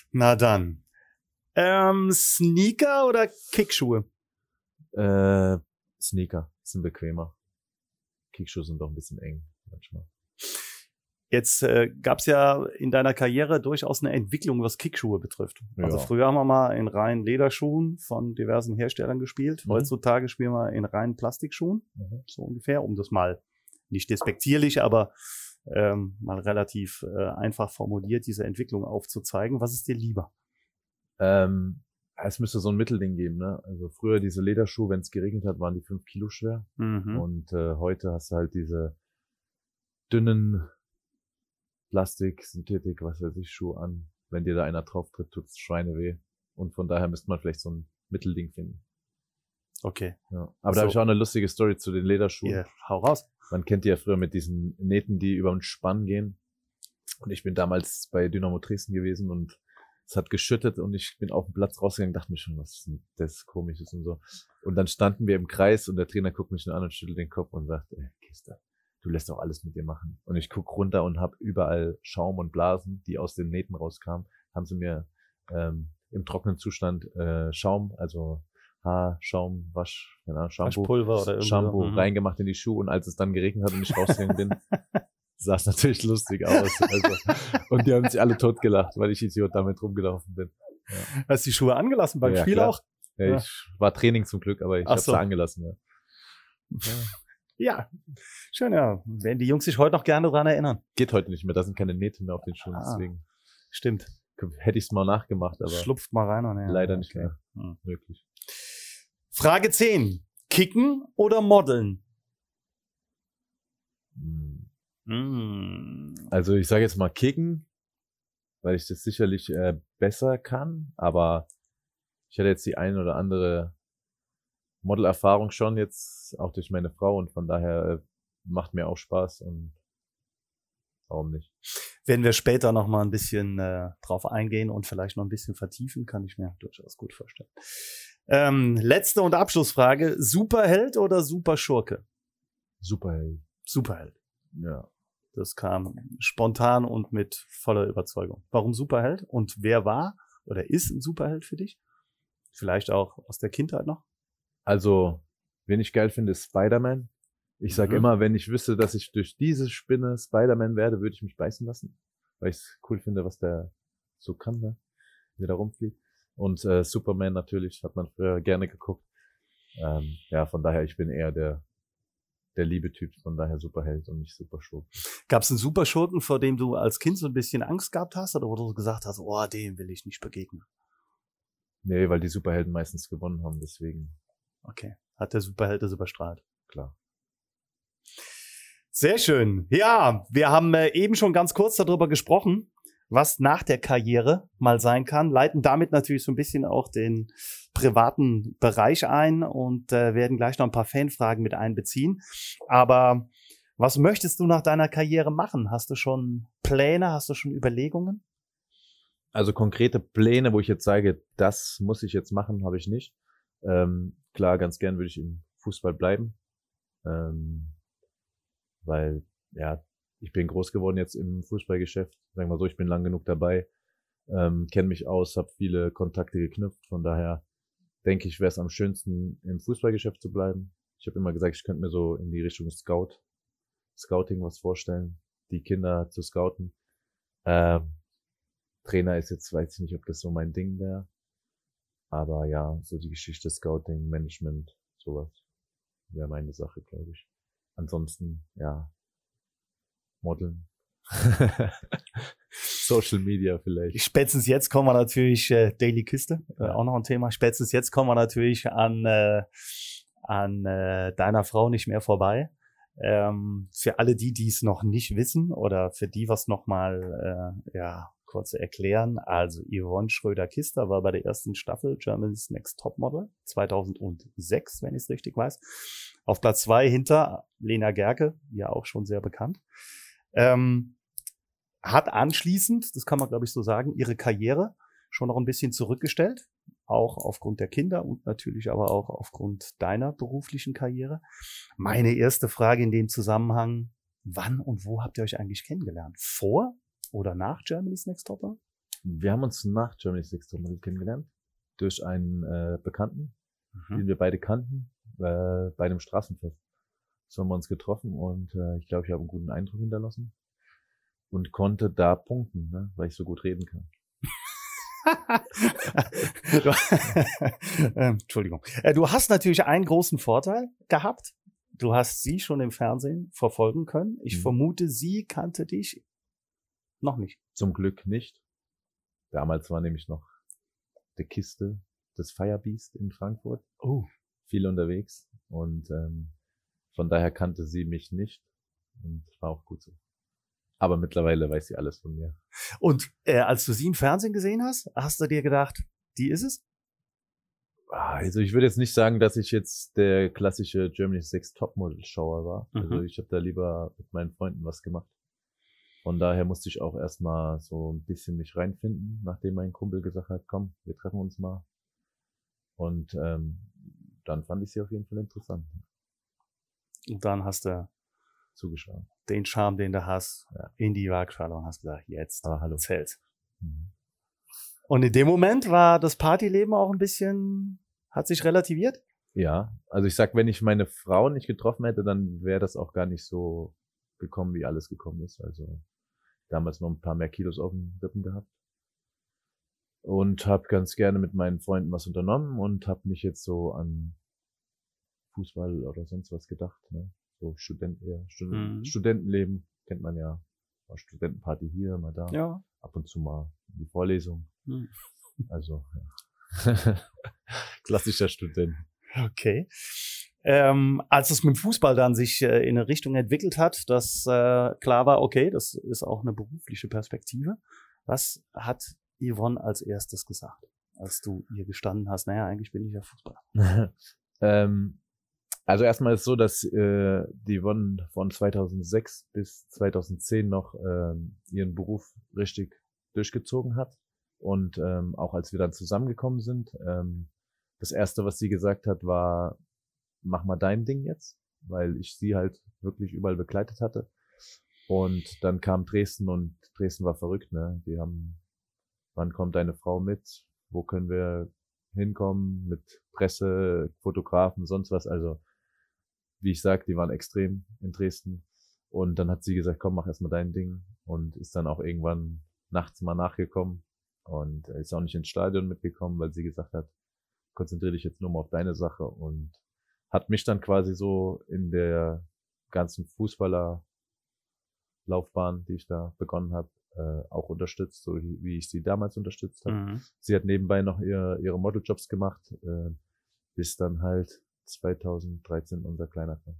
B: Na dann. Ähm, Sneaker oder Kickschuhe?
A: Äh, Sneaker sind bequemer. Kickschuhe sind doch ein bisschen eng manchmal.
B: Jetzt äh, gab es ja in deiner Karriere durchaus eine Entwicklung, was Kickschuhe betrifft.
A: Ja.
B: Also früher haben wir mal in reinen Lederschuhen von diversen Herstellern gespielt.
A: Mhm.
B: Heutzutage spielen wir in reinen Plastikschuhen,
A: Mhm.
B: so ungefähr, um das mal nicht despektierlich, aber ähm, mal relativ äh, einfach formuliert, diese Entwicklung aufzuzeigen. Was ist dir lieber?
A: Ähm, es müsste so ein Mittelding geben, ne? Also früher diese Lederschuhe, wenn es geregnet hat, waren die fünf Kilo schwer.
B: Mhm.
A: Und äh, heute hast du halt diese dünnen Plastik, Synthetik, was weiß ich, Schuhe an. Wenn dir da einer drauf tritt, tut's Schweine weh. Und von daher müsste man vielleicht so ein Mittelding finden.
B: Okay.
A: Ja. Aber
B: So.
A: da habe ich auch eine lustige Story zu den Lederschuhen.
B: Yeah. Hau raus.
A: Man kennt die ja früher mit diesen Nähten, die über den Spann gehen. Und ich bin damals bei Dynamo Dresden gewesen und es hat geschüttet und ich bin auf den Platz rausgegangen, dachte mir schon, was ist denn das Komisches und so. Und dann standen wir im Kreis und der Trainer guckt mich nur an und schüttelt den Kopf und sagt, ey, Kiste, du lässt doch alles mit dir machen. Und ich guck runter und habe überall Schaum und Blasen, die aus den Nähten rauskamen, haben sie mir ähm, im trockenen Zustand äh, Schaum, also Haar, Schaum, Wasch, keine Ahnung, Shampoo,
B: Waschpulver oder irgendwie
A: Shampoo
B: so. Mhm.
A: reingemacht in die Schuhe und als es dann geregnet hat und ich rausgegangen bin, sah es natürlich lustig aus. Also, und die haben sich alle totgelacht, weil ich Idiot damit rumgelaufen bin.
B: Hast du die Schuhe angelassen beim
A: Ja,
B: Spiel
A: klar.
B: auch?
A: Ja,
B: Ja.
A: ich war Training zum Glück, aber ich
B: Ach
A: habe
B: so.
A: sie angelassen, ja.
B: Ja. Schön, ja. Werden die Jungs sich heute noch gerne dran erinnern.
A: Geht heute nicht mehr, da sind keine Nähte mehr auf den Schuhen,
B: Ah.
A: deswegen
B: Stimmt.
A: hätte ich es mal nachgemacht, aber
B: Schlupft mal rein. Und ja,
A: leider
B: okay.
A: nicht mehr
B: Hm.
A: möglich.
B: Frage zehn. Kicken oder modeln?
A: Hm.
B: Mm.
A: Also ich sage jetzt mal kicken, weil ich das sicherlich äh, besser kann, aber ich hatte jetzt die ein oder andere Modelerfahrung schon jetzt, auch durch meine Frau und von daher äh, macht mir auch Spaß und warum nicht?
B: Werden wir später noch mal ein bisschen äh, drauf eingehen und vielleicht noch ein bisschen vertiefen, kann ich mir durchaus gut vorstellen. Ähm, letzte und Abschlussfrage. Superheld oder Superschurke?
A: Superheld.
B: Superheld.
A: Ja.
B: Das kam spontan und mit voller Überzeugung. Warum Superheld? Und wer war oder ist ein Superheld für dich? Vielleicht auch aus der Kindheit noch?
A: Also, wen ich geil finde, ist Spider-Man. Ich sage
B: Mhm.
A: immer, wenn ich wüsste, dass ich durch diese Spinne Spider-Man werde, würde ich mich beißen lassen. Weil ich es cool finde, was der so kann, ne? Wie der da rumfliegt. Und äh, Superman natürlich, hat man früher gerne geguckt. Ähm, ja, von daher, ich bin eher der der liebe Typ, von daher Superheld und nicht Superschurke.
B: Gab es einen Superschurken, vor dem du als Kind so ein bisschen Angst gehabt hast oder wo du gesagt hast, oh, dem will ich nicht begegnen?
A: Nee, weil die Superhelden meistens gewonnen haben, deswegen,
B: Okay, hat der Superheld das überstrahlt.
A: klar.
B: Sehr schön. Ja, wir haben äh, eben schon ganz kurz darüber gesprochen, was nach der Karriere mal sein kann, leiten damit natürlich so ein bisschen auch den privaten Bereich ein und äh, werden gleich noch ein paar Fanfragen mit einbeziehen. Aber was möchtest du nach deiner Karriere machen? Hast du schon Pläne? Hast du schon Überlegungen?
A: Also konkrete Pläne, wo ich jetzt sage, das muss ich jetzt machen, habe ich nicht. Ähm, klar, ganz gern würde ich im Fußball bleiben. Ähm, weil, ja, ich bin groß geworden jetzt im Fußballgeschäft. Sagen wir mal so, ich bin lang genug dabei, ähm, kenne mich aus, habe viele Kontakte geknüpft. Von daher denke ich, wäre es am schönsten, im Fußballgeschäft zu bleiben. Ich habe immer gesagt, ich könnte mir so in die Richtung Scout, Scouting was vorstellen, die Kinder zu scouten. Ähm, Trainer ist jetzt, weiß ich nicht, ob das so mein Ding wäre. Aber ja, so die Geschichte Scouting, Management, sowas wäre meine Sache, glaube ich. Ansonsten, ja, Modeln. Social Media vielleicht.
B: Spätestens jetzt kommen wir natürlich, äh, Daily Kiste, äh, auch noch ein Thema. Spätestens jetzt kommen wir natürlich an, äh, an äh, deiner Frau nicht mehr vorbei. Ähm, für alle die, die es noch nicht wissen oder für die, was noch mal äh, ja, kurz erklären. Also Yvonne Schröder-Kister war bei der ersten Staffel Germany's Next Topmodel zweitausendsechs, wenn ich es richtig weiß. Auf Platz zwei hinter Lena Gerke, ja auch schon sehr bekannt. Ähm, hat anschließend, das kann man glaube ich so sagen, ihre Karriere schon noch ein bisschen zurückgestellt. Auch aufgrund der Kinder und natürlich aber auch aufgrund deiner beruflichen Karriere. Meine erste Frage in dem Zusammenhang, wann und wo habt ihr euch eigentlich kennengelernt? Vor oder nach Germany's Next Topmodel?
A: Wir haben uns nach Germany's Next Topmodel kennengelernt. Durch einen äh, Bekannten,
B: Mhm.
A: den wir beide kannten, äh, bei einem Straßenfest. So haben wir uns getroffen und äh, ich glaube, ich habe einen guten Eindruck hinterlassen und konnte da punkten, ne, weil ich so gut reden kann.
B: du, ähm, Entschuldigung. Äh, Du hast natürlich einen großen Vorteil gehabt. Du hast sie schon im Fernsehen verfolgen können. Ich
A: Mhm.
B: vermute, sie kannte dich noch nicht.
A: Zum Glück nicht. Damals war nämlich noch die Kiste des Firebeast in Frankfurt.
B: Oh.
A: Viel unterwegs und ähm, von daher kannte sie mich nicht und war auch gut so. Aber mittlerweile weiß sie alles von mir.
B: Und äh, als du sie im Fernsehen gesehen hast, hast du dir gedacht, die ist es?
A: Also ich würde jetzt nicht sagen, dass ich jetzt der klassische Germany's Next Topmodel-Schauer war.
B: Mhm.
A: Also ich habe da lieber mit meinen Freunden was gemacht. Von daher musste ich auch erstmal so ein bisschen mich reinfinden, nachdem mein Kumpel gesagt hat, komm, wir treffen uns mal. Und ähm, dann fand ich sie auf jeden Fall interessant.
B: Und dann hast du
A: Zugeschaut.
B: den Charme, den du hast,
A: Ja.
B: in die Waagschale und hast gesagt, jetzt
A: Aber hallo.
B: zählt's.
A: Mhm.
B: Und in dem Moment war das Partyleben auch ein bisschen, hat sich relativiert?
A: Ja, also ich sag, wenn ich meine Frau nicht getroffen hätte, dann wäre das auch gar nicht so gekommen, wie alles gekommen ist. Also damals noch ein paar mehr Kilos auf den Rippen gehabt. Und habe ganz gerne mit meinen Freunden was unternommen und habe nicht jetzt so an Fußball oder sonst was gedacht. Ne? So Student, eher Stud
B: Mhm.
A: Studentenleben kennt man ja. Mal Studentenparty hier, mal da.
B: Ja.
A: Ab und zu mal in die Vorlesung.
B: Mhm.
A: Also ja. Klassischer Student.
B: Okay. Ähm, als es mit dem Fußball dann sich äh, in eine Richtung entwickelt hat, dass äh, klar war, okay, das ist auch eine berufliche Perspektive. Was hat Yvonne als erstes gesagt, als du ihr gestanden hast, naja, eigentlich bin ich ja Fußballer?
A: ähm, also erstmal ist es so, dass äh, die Yvonne von zweitausendsechs bis zweitausendzehn noch ähm, ihren Beruf richtig durchgezogen hat. Und ähm, auch als wir dann zusammengekommen sind, ähm, das Erste, was sie gesagt hat, war, mach mal dein Ding jetzt, weil ich sie halt wirklich überall begleitet hatte. Und dann kam Dresden und Dresden war verrückt, ne? Die haben, wann kommt deine Frau mit? Wo können wir hinkommen? Mit Presse, Fotografen, sonst was. Also, wie ich sag, die waren extrem in Dresden. Und dann hat sie gesagt, komm, mach erstmal dein Ding. Und ist dann auch irgendwann nachts mal nachgekommen. Und ist auch nicht ins Stadion mitgekommen, weil sie gesagt hat, konzentriere dich jetzt nur mal auf deine Sache. Und hat mich dann quasi so in der ganzen Fußballerlaufbahn, die ich da begonnen habe, äh, auch unterstützt, so wie ich sie damals unterstützt habe.
B: Mhm.
A: Sie hat nebenbei noch ihr, ihre Modeljobs gemacht, äh, bis dann halt zweitausenddreizehn unser Kleiner kam.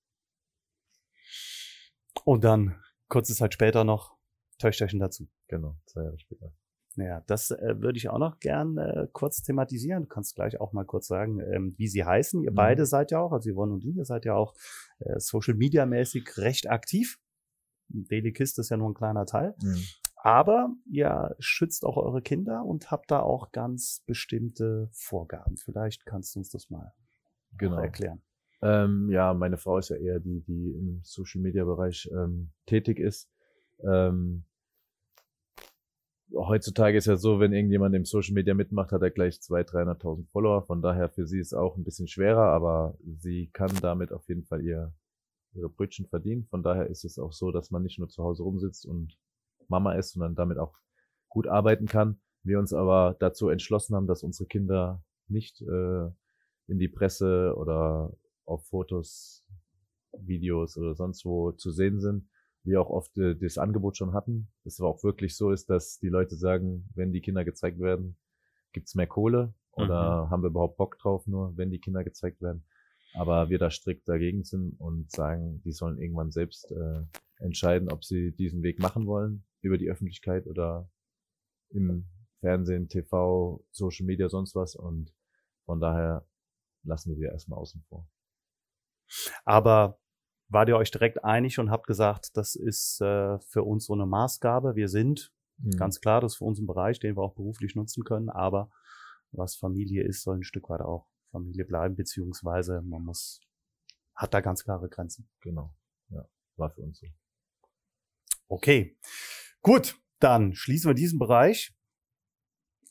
B: Und dann kurze Zeit später noch Töchterchen dazu.
A: Genau, zwei Jahre später.
B: Ja, das äh, würde ich auch noch gern äh, kurz thematisieren. Du kannst gleich auch mal kurz sagen, ähm, wie sie heißen. Ihr
A: Mhm.
B: beide seid ja auch, also Yvonne und du, ihr seid ja auch äh, Social-Media-mäßig recht aktiv. Daily Kist ist ja nur ein kleiner Teil.
A: Mhm.
B: Aber ihr schützt auch eure Kinder und habt da auch ganz bestimmte Vorgaben. Vielleicht kannst du uns das mal
A: Genau.
B: erklären.
A: Ähm, ja, meine Frau ist ja eher die, die im Social-Media-Bereich ähm, tätig ist. Ähm, heutzutage ist ja so, wenn irgendjemand im Social Media mitmacht, hat er gleich zweihunderttausend, dreihunderttausend Follower. Von daher für sie ist es auch ein bisschen schwerer, aber sie kann damit auf jeden Fall ihr, ihre Brötchen verdienen. Von daher ist es auch so, dass man nicht nur zu Hause rumsitzt und Mama ist, sondern damit auch gut arbeiten kann. Wir uns aber dazu entschlossen haben, dass unsere Kinder nicht äh, in die Presse oder auf Fotos, Videos oder sonst wo zu sehen sind. Wir auch oft äh, das Angebot schon hatten. Es war auch wirklich so ist, dass die Leute sagen, wenn die Kinder gezeigt werden, gibt's mehr Kohle oder mhm. haben wir überhaupt Bock drauf, nur wenn die Kinder gezeigt werden. Aber wir da strikt dagegen sind und sagen, die sollen irgendwann selbst äh, entscheiden, ob sie diesen Weg machen wollen, über die Öffentlichkeit oder im Fernsehen, T V, Social Media, sonst was. Und von daher lassen wir die erstmal außen vor.
B: Aber wart ihr euch direkt einig und habt gesagt, das ist äh, für uns so eine Maßgabe. Wir sind, mhm. ganz klar, das ist für uns ein Bereich, den wir auch beruflich nutzen können. Aber was Familie ist, soll ein Stück weit auch Familie bleiben, beziehungsweise man muss, hat da ganz klare Grenzen.
A: Genau, ja, war für uns so.
B: Okay, gut, dann schließen wir diesen Bereich.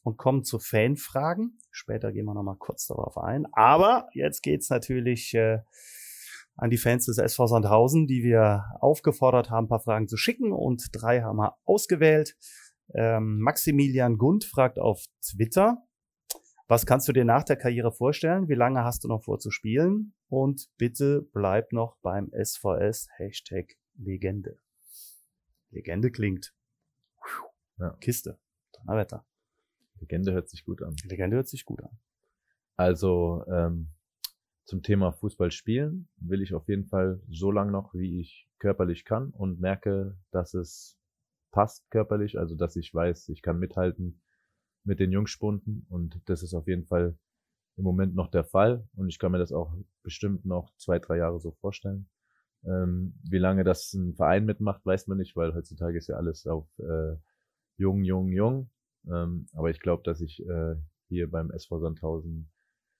B: und kommen zu Fanfragen. Später gehen wir nochmal kurz darauf ein. Aber jetzt geht's natürlich äh, an die Fans des S V Sandhausen, die wir aufgefordert haben, ein paar Fragen zu schicken. Und drei haben wir ausgewählt. Ähm, Maximilian Gund fragt auf Twitter: Was kannst du dir nach der Karriere vorstellen? Wie lange hast du noch vor zu spielen? Und bitte bleib noch beim S V S. Hashtag Legende. Legende klingt.
A: Ja.
B: Kiste. Donnerwetter.
A: Legende hört sich gut an.
B: Legende hört sich gut an.
A: Also ähm, zum Thema Fußball spielen will ich auf jeden Fall so lange noch, wie ich körperlich kann und merke, dass es passt körperlich, also dass ich weiß, ich kann mithalten mit den Jungspunden, und das ist auf jeden Fall im Moment noch der Fall, und ich kann mir das auch bestimmt noch zwei, drei Jahre so vorstellen. Ähm, wie lange das ein Verein mitmacht, weiß man nicht, weil heutzutage ist ja alles auf äh, jung, jung, jung. Ähm, aber ich glaube, dass ich äh, hier beim S V Sandhausen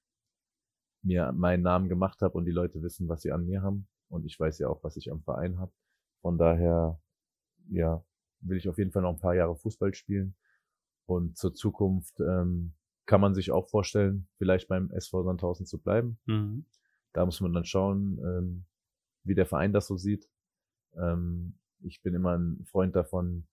A: mir meinen Namen gemacht habe und die Leute wissen, was sie an mir haben, und ich weiß ja auch, was ich am Verein habe. Von daher, ja, will ich auf jeden Fall noch ein paar Jahre Fußball spielen, und zur Zukunft ähm, kann man sich auch vorstellen, vielleicht beim S V Sandhausen zu bleiben.
B: Mhm.
A: Da muss man dann schauen, ähm, wie der Verein das so sieht. Ähm, ich bin immer ein Freund davon,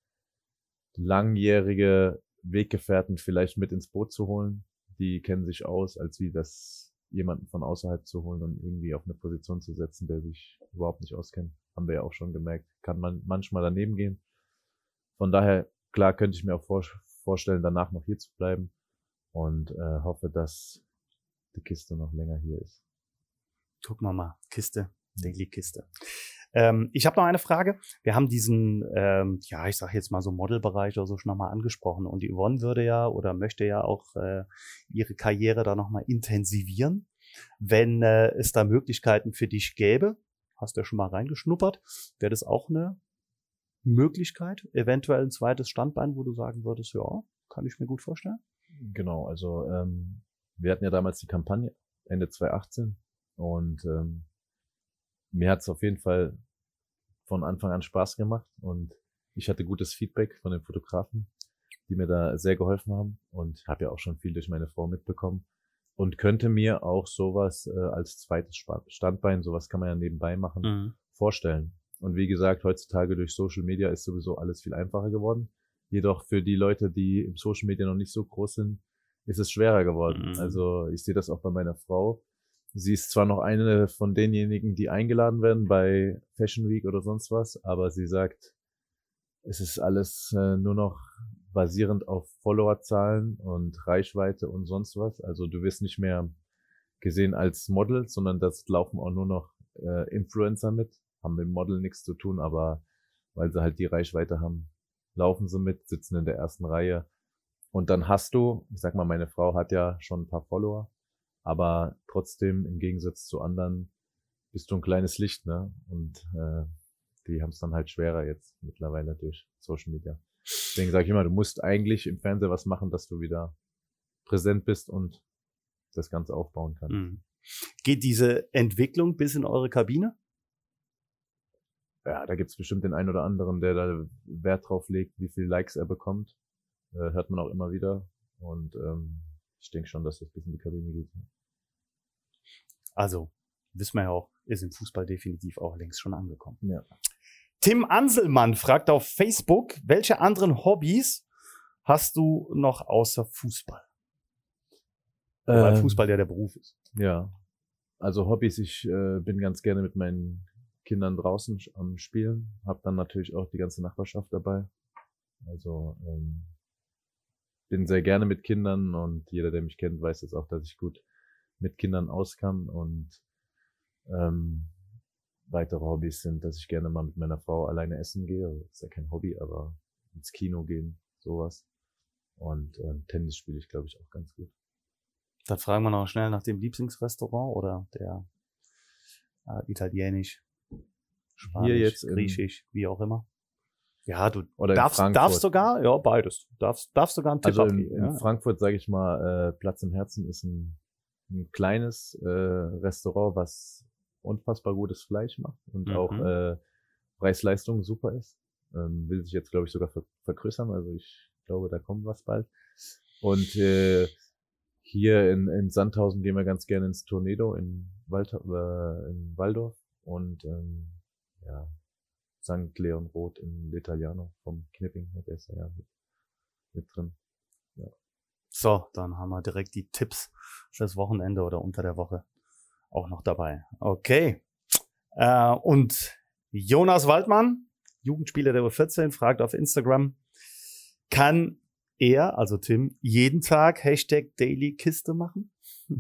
A: langjährige Weggefährten vielleicht mit ins Boot zu holen. Die kennen sich aus, als wie das jemanden von außerhalb zu holen und irgendwie auf eine Position zu setzen, der sich überhaupt nicht auskennt. Haben wir ja auch schon gemerkt. Kann man manchmal daneben gehen. Von daher, klar, könnte ich mir auch vor, vorstellen, danach noch hier zu bleiben, und äh, hoffe, dass die Kiste noch länger hier ist.
B: Gucken wir mal. Kiste. Daily Kiste. Ähm, ich habe noch eine Frage. Wir haben diesen, ähm, ja, ich sage jetzt mal so Modelbereich oder so schon nochmal angesprochen. Und die Yvonne würde ja oder möchte ja auch äh, ihre Karriere da nochmal intensivieren. Wenn äh, es da Möglichkeiten für dich gäbe, hast du ja schon mal reingeschnuppert, wäre das auch eine Möglichkeit? Eventuell ein zweites Standbein, wo du sagen würdest, ja, kann ich mir gut vorstellen?
A: Genau, also ähm, wir hatten ja damals die Kampagne Ende zwanzig achtzehn, und ähm, mir hat es auf jeden Fall von Anfang an Spaß gemacht, und ich hatte gutes Feedback von den Fotografen, die mir da sehr geholfen haben, und habe ja auch schon viel durch meine Frau mitbekommen und könnte mir auch sowas äh, als zweites Standbein, sowas kann man ja nebenbei machen,
B: Mhm.
A: vorstellen. Und wie gesagt, heutzutage durch Social Media ist sowieso alles viel einfacher geworden. Jedoch für die Leute, die im Social Media noch nicht so groß sind, ist es schwerer geworden.
B: Mhm.
A: Also ich sehe das auch bei meiner Frau. Sie ist zwar noch eine von denjenigen, die eingeladen werden bei Fashion Week oder sonst was, aber sie sagt, es ist alles äh, nur noch basierend auf Followerzahlen und Reichweite und sonst was. Also du wirst nicht mehr gesehen als Model, sondern das laufen auch nur noch äh, Influencer mit, haben mit Model nichts zu tun, aber weil sie halt die Reichweite haben, laufen sie mit, sitzen in der ersten Reihe. Und dann hast du, ich sag mal, meine Frau hat ja schon ein paar Follower, aber trotzdem im Gegensatz zu anderen bist du ein kleines Licht, ne? Und äh, die haben es dann halt schwerer jetzt mittlerweile durch Social Media. Deswegen sage ich immer, du musst eigentlich im Fernsehen was machen, dass du wieder präsent bist und das Ganze aufbauen kannst.
B: Mhm. Geht diese Entwicklung bis in eure Kabine?
A: Ja, da gibt's bestimmt den einen oder anderen, der da Wert drauf legt, wie viele Likes er bekommt. Äh, hört man auch immer wieder. Und ähm, ich denke schon, dass das bis in die Kabine geht.
B: Also, wissen wir ja auch, ist im Fußball definitiv auch längst schon angekommen.
A: Ja.
B: Tim Anselmann fragt auf Facebook, welche anderen Hobbys hast du noch außer Fußball? Ähm, Weil Fußball ja der Beruf ist.
A: Ja, also Hobbys, ich äh, bin ganz gerne mit meinen Kindern draußen am Spielen, habe dann natürlich auch die ganze Nachbarschaft dabei. Also ähm, bin sehr gerne mit Kindern, und jeder, der mich kennt, weiß jetzt auch, dass ich gut mit Kindern aus kann. Und ähm, weitere Hobbys sind, dass ich gerne mal mit meiner Frau alleine essen gehe. Also, ist ja kein Hobby, aber ins Kino gehen, sowas. Und ähm, Tennis spiele ich, glaube ich, auch ganz gut.
B: Dann fragen wir noch schnell nach dem Lieblingsrestaurant oder der äh, italienisch, spanisch,
A: Hier jetzt in-
B: griechisch, wie auch immer. Ja, du
A: Oder in
B: darfst,
A: Frankfurt.
B: darfst sogar, ja, beides. Darfst, darfst sogar einen Tipp
A: Also in,
B: abgeben.
A: in
B: Ja.
A: Frankfurt, sage ich mal, äh, Platz im Herzen ist ein, ein kleines äh, Restaurant, was unfassbar gutes Fleisch macht und
B: Mhm.
A: auch äh, Preis-Leistung super ist. Ähm, will sich jetzt, glaube ich, sogar ver vergrößern. Also ich glaube, da kommt was bald. Und äh, hier in, in Sandhausen gehen wir ganz gerne ins Tornado in, Wald, äh, in Waldorf und ähm, ja, Sankt Leon Roth in L'Italiano vom Knipping, der ist ja mit, mit drin. Ja.
B: So, dann haben wir direkt die Tipps fürs Wochenende oder unter der Woche auch noch dabei. Okay. Äh, und Jonas Waldmann, Jugendspieler der U vierzehn, fragt auf Instagram, kann er, also Tim, jeden Tag Hashtag Daily Kiste machen?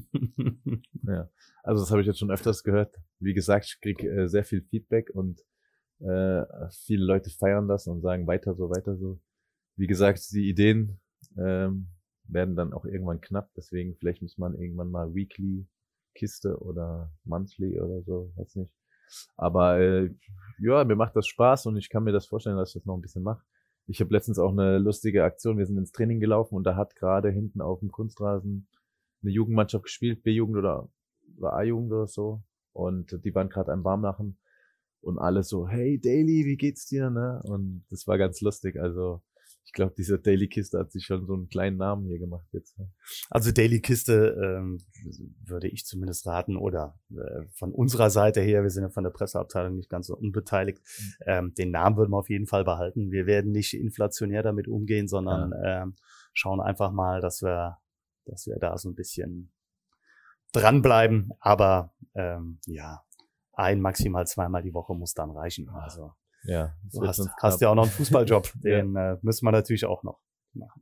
A: Ja, also das habe ich jetzt schon öfters gehört. Wie gesagt, ich kriege äh, sehr viel Feedback und äh, viele Leute feiern das und sagen weiter so, weiter so. Wie gesagt, die Ideen ähm, werden dann auch irgendwann knapp, deswegen vielleicht muss man irgendwann mal Weekly Kiste oder Monthly oder so, weiß nicht. Aber äh, ja, mir macht das Spaß und ich kann mir das vorstellen, dass ich das noch ein bisschen mache. Ich habe letztens auch eine lustige Aktion, wir sind ins Training gelaufen und da hat gerade hinten auf dem Kunstrasen eine Jugendmannschaft gespielt, B-Jugend oder, oder A-Jugend oder so. Und die waren gerade am Warmmachen und alle so, hey Daily, wie geht's dir, ne? Und das war ganz lustig, also ich glaube, diese Daily-Kiste hat sich schon so einen kleinen Namen hier gemacht jetzt. Ne?
B: Also Daily-Kiste ähm, würde ich zumindest raten oder äh, von unserer Seite her, wir sind ja von der Presseabteilung nicht ganz so unbeteiligt, mhm. ähm, den Namen würden wir auf jeden Fall behalten. Wir werden nicht inflationär damit umgehen, sondern ja. ähm, schauen einfach mal, dass wir, dass wir da so ein bisschen dranbleiben. Aber ähm, ja, ein, maximal zweimal die Woche muss dann reichen. Also
A: ja,
B: du hast, hast ja auch noch einen Fußballjob, den ja. äh, müssen wir natürlich auch noch machen.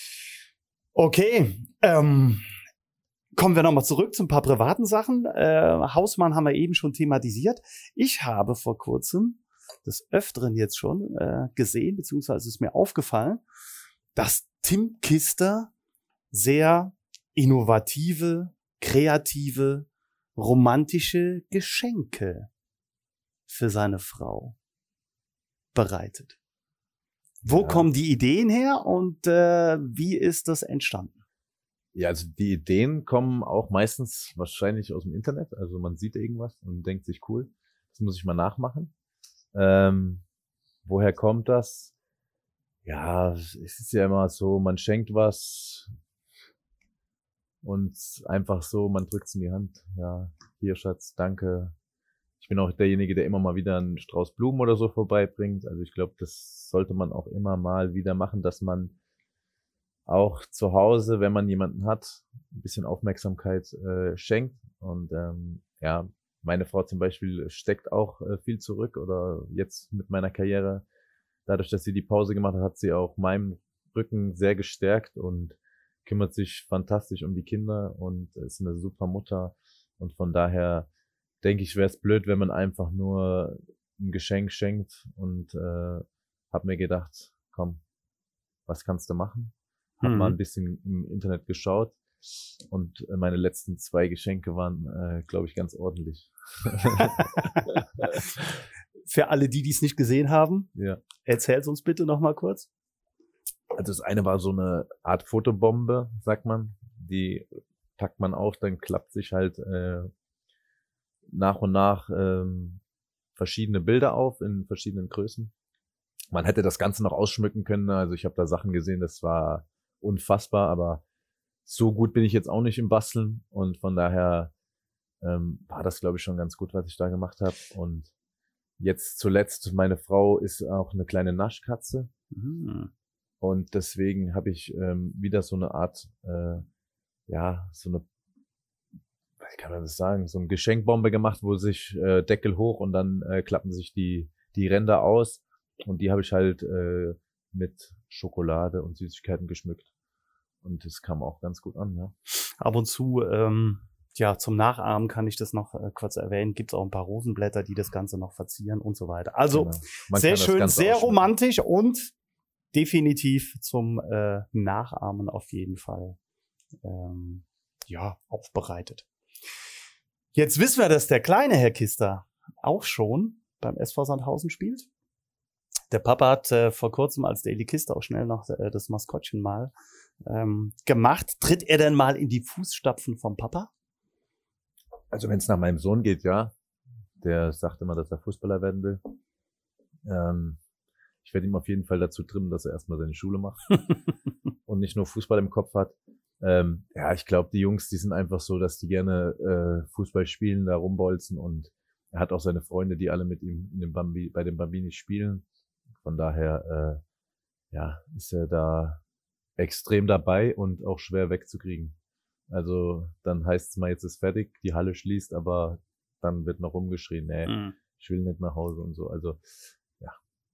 B: Okay, ähm, kommen wir nochmal zurück zu ein paar privaten Sachen. Äh, Hausmann haben wir eben schon thematisiert. Ich habe vor kurzem des Öfteren jetzt schon äh, gesehen, beziehungsweise ist mir aufgefallen, dass Tim Kister sehr innovative, kreative, romantische Geschenke für seine Frau bereitet. Wo ja. kommen die Ideen her und äh, wie ist das entstanden?
A: Ja, also die Ideen kommen auch meistens wahrscheinlich aus dem Internet. Also man sieht irgendwas und denkt sich, cool, das muss ich mal nachmachen. Ähm, woher kommt das? Ja, es ist ja immer so, man schenkt was und einfach so, man drückt es in die Hand. Ja, hier Schatz, danke. Ich bin auch derjenige, der immer mal wieder einen Strauß Blumen oder so vorbeibringt. Also ich glaube, das sollte man auch immer mal wieder machen, dass man auch zu Hause, wenn man jemanden hat, ein bisschen Aufmerksamkeit äh, schenkt. Und ähm, ja, meine Frau zum Beispiel steckt auch äh, viel zurück oder jetzt mit meiner Karriere, dadurch, dass sie die Pause gemacht hat, hat sie auch meinen Rücken sehr gestärkt und kümmert sich fantastisch um die Kinder und ist eine super Mutter. Und von daher denke ich, wäre es blöd, wenn man einfach nur ein Geschenk schenkt und äh, habe mir gedacht, komm, was kannst du machen? Hab mhm. mal ein bisschen im Internet geschaut und meine letzten zwei Geschenke waren, äh, glaube ich, ganz ordentlich.
B: Für alle, die dies nicht gesehen haben,
A: ja.
B: erzähl's uns bitte noch mal kurz.
A: Also das eine war so eine Art Fotobombe, sagt man. Die packt man auf, dann klappt sich halt äh, nach und nach ähm, verschiedene Bilder auf in verschiedenen Größen. Man hätte das Ganze noch ausschmücken können. Also ich habe da Sachen gesehen, das war unfassbar, aber so gut bin ich jetzt auch nicht im Basteln und von daher ähm, war das, glaube ich, schon ganz gut, was ich da gemacht habe. Und jetzt zuletzt, meine Frau ist auch eine kleine Naschkatze
B: mhm.
A: und deswegen habe ich ähm, wieder so eine Art, äh, ja, so eine, wie kann man das sagen, so eine Geschenkbombe gemacht, wo sich äh, Deckel hoch und dann äh, klappen sich die die Ränder aus und die habe ich halt äh, mit Schokolade und Süßigkeiten geschmückt. Und es kam auch ganz gut an, ja.
B: Ab und zu, ähm, ja, zum Nachahmen kann ich das noch äh, kurz erwähnen, gibt es auch ein paar Rosenblätter, die das Ganze noch verzieren und so weiter. Also genau. Sehr schön, sehr romantisch und definitiv zum äh, Nachahmen auf jeden Fall ähm, ja, aufbereitet. Jetzt wissen wir, dass der kleine Herr Kister auch schon beim S V Sandhausen spielt. Der Papa hat äh, vor kurzem als Daily Kister auch schnell noch äh, das Maskottchen mal ähm, gemacht. Tritt er denn mal in die Fußstapfen vom Papa?
A: Also wenn es nach meinem Sohn geht, ja. Der sagt immer, dass er Fußballer werden will. Ähm, ich werde ihm auf jeden Fall dazu trimmen, dass er erstmal seine Schule macht. Und und nicht nur Fußball im Kopf hat. Ähm, ja, ich glaube, die Jungs, die sind einfach so, dass die gerne äh, Fußball spielen, da rumbolzen, und er hat auch seine Freunde, die alle mit ihm in dem Bambi, bei den Bambini spielen. Von daher äh, ja, ist er da extrem dabei und auch schwer wegzukriegen. Also dann heißt es mal, jetzt ist fertig, die Halle schließt, aber dann wird noch rumgeschrien, nee, mhm. ich will nicht nach Hause und so. Also ja.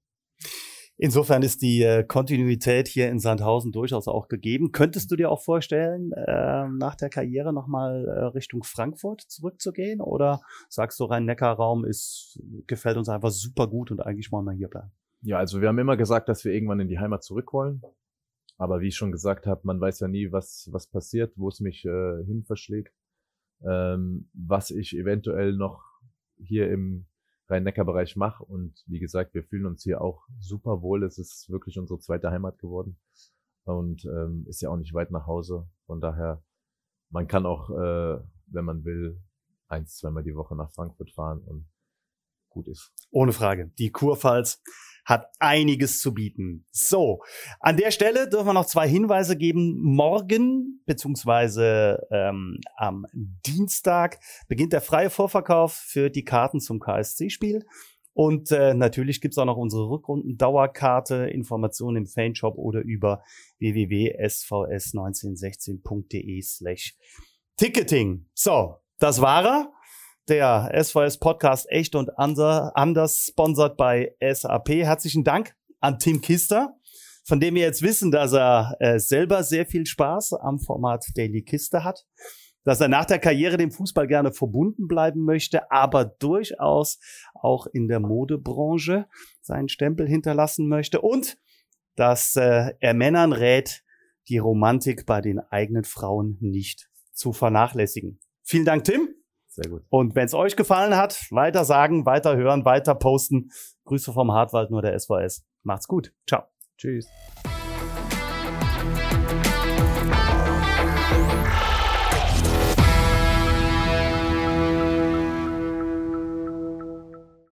B: Insofern ist die äh, Kontinuität hier in Sandhausen durchaus auch gegeben. Könntest du dir auch vorstellen, äh, nach der Karriere nochmal äh, Richtung Frankfurt zurückzugehen? Oder sagst du, Rhein-Neckar-Raum ist, gefällt uns einfach super gut und eigentlich wollen wir hier bleiben?
A: Ja, also wir haben immer gesagt, dass wir irgendwann in die Heimat zurück wollen. Aber wie ich schon gesagt habe, man weiß ja nie, was was passiert, wo es mich äh, hin verschlägt. Ähm, was ich eventuell noch hier im Rhein-Neckar-Bereich mache. Und wie gesagt, wir fühlen uns hier auch super wohl. Es ist wirklich unsere zweite Heimat geworden und ähm, ist ja auch nicht weit nach Hause. Von daher, man kann auch, äh, wenn man will, eins, zweimal die Woche nach Frankfurt fahren und gut ist.
B: Ohne Frage. Die Kurpfalz hat einiges zu bieten. So, an der Stelle dürfen wir noch zwei Hinweise geben. Morgen, beziehungsweise ähm, am Dienstag, beginnt der freie Vorverkauf für die Karten zum K S C-Spiel. Und äh, natürlich gibt's auch noch unsere Rückrunden-Dauerkarte, Informationen im Fanshop oder über w w w punkt s v s neunzehn sechzehn punkt d e slash ticketing. So, das war er. Der S V S-Podcast Echt und Anders, sponsert bei S A P. Herzlichen Dank an Tim Kister, von dem wir jetzt wissen, dass er äh, selber sehr viel Spaß am Format Daily Kiste hat, dass er nach der Karriere dem Fußball gerne verbunden bleiben möchte, aber durchaus auch in der Modebranche seinen Stempel hinterlassen möchte und dass äh, er Männern rät, die Romantik bei den eigenen Frauen nicht zu vernachlässigen. Vielen Dank, Tim.
A: Sehr gut.
B: Und wenn es euch gefallen hat, weiter sagen, weiter hören, weiter posten. Grüße vom Hartwald, nur der S V S. Macht's gut. Ciao.
A: Tschüss.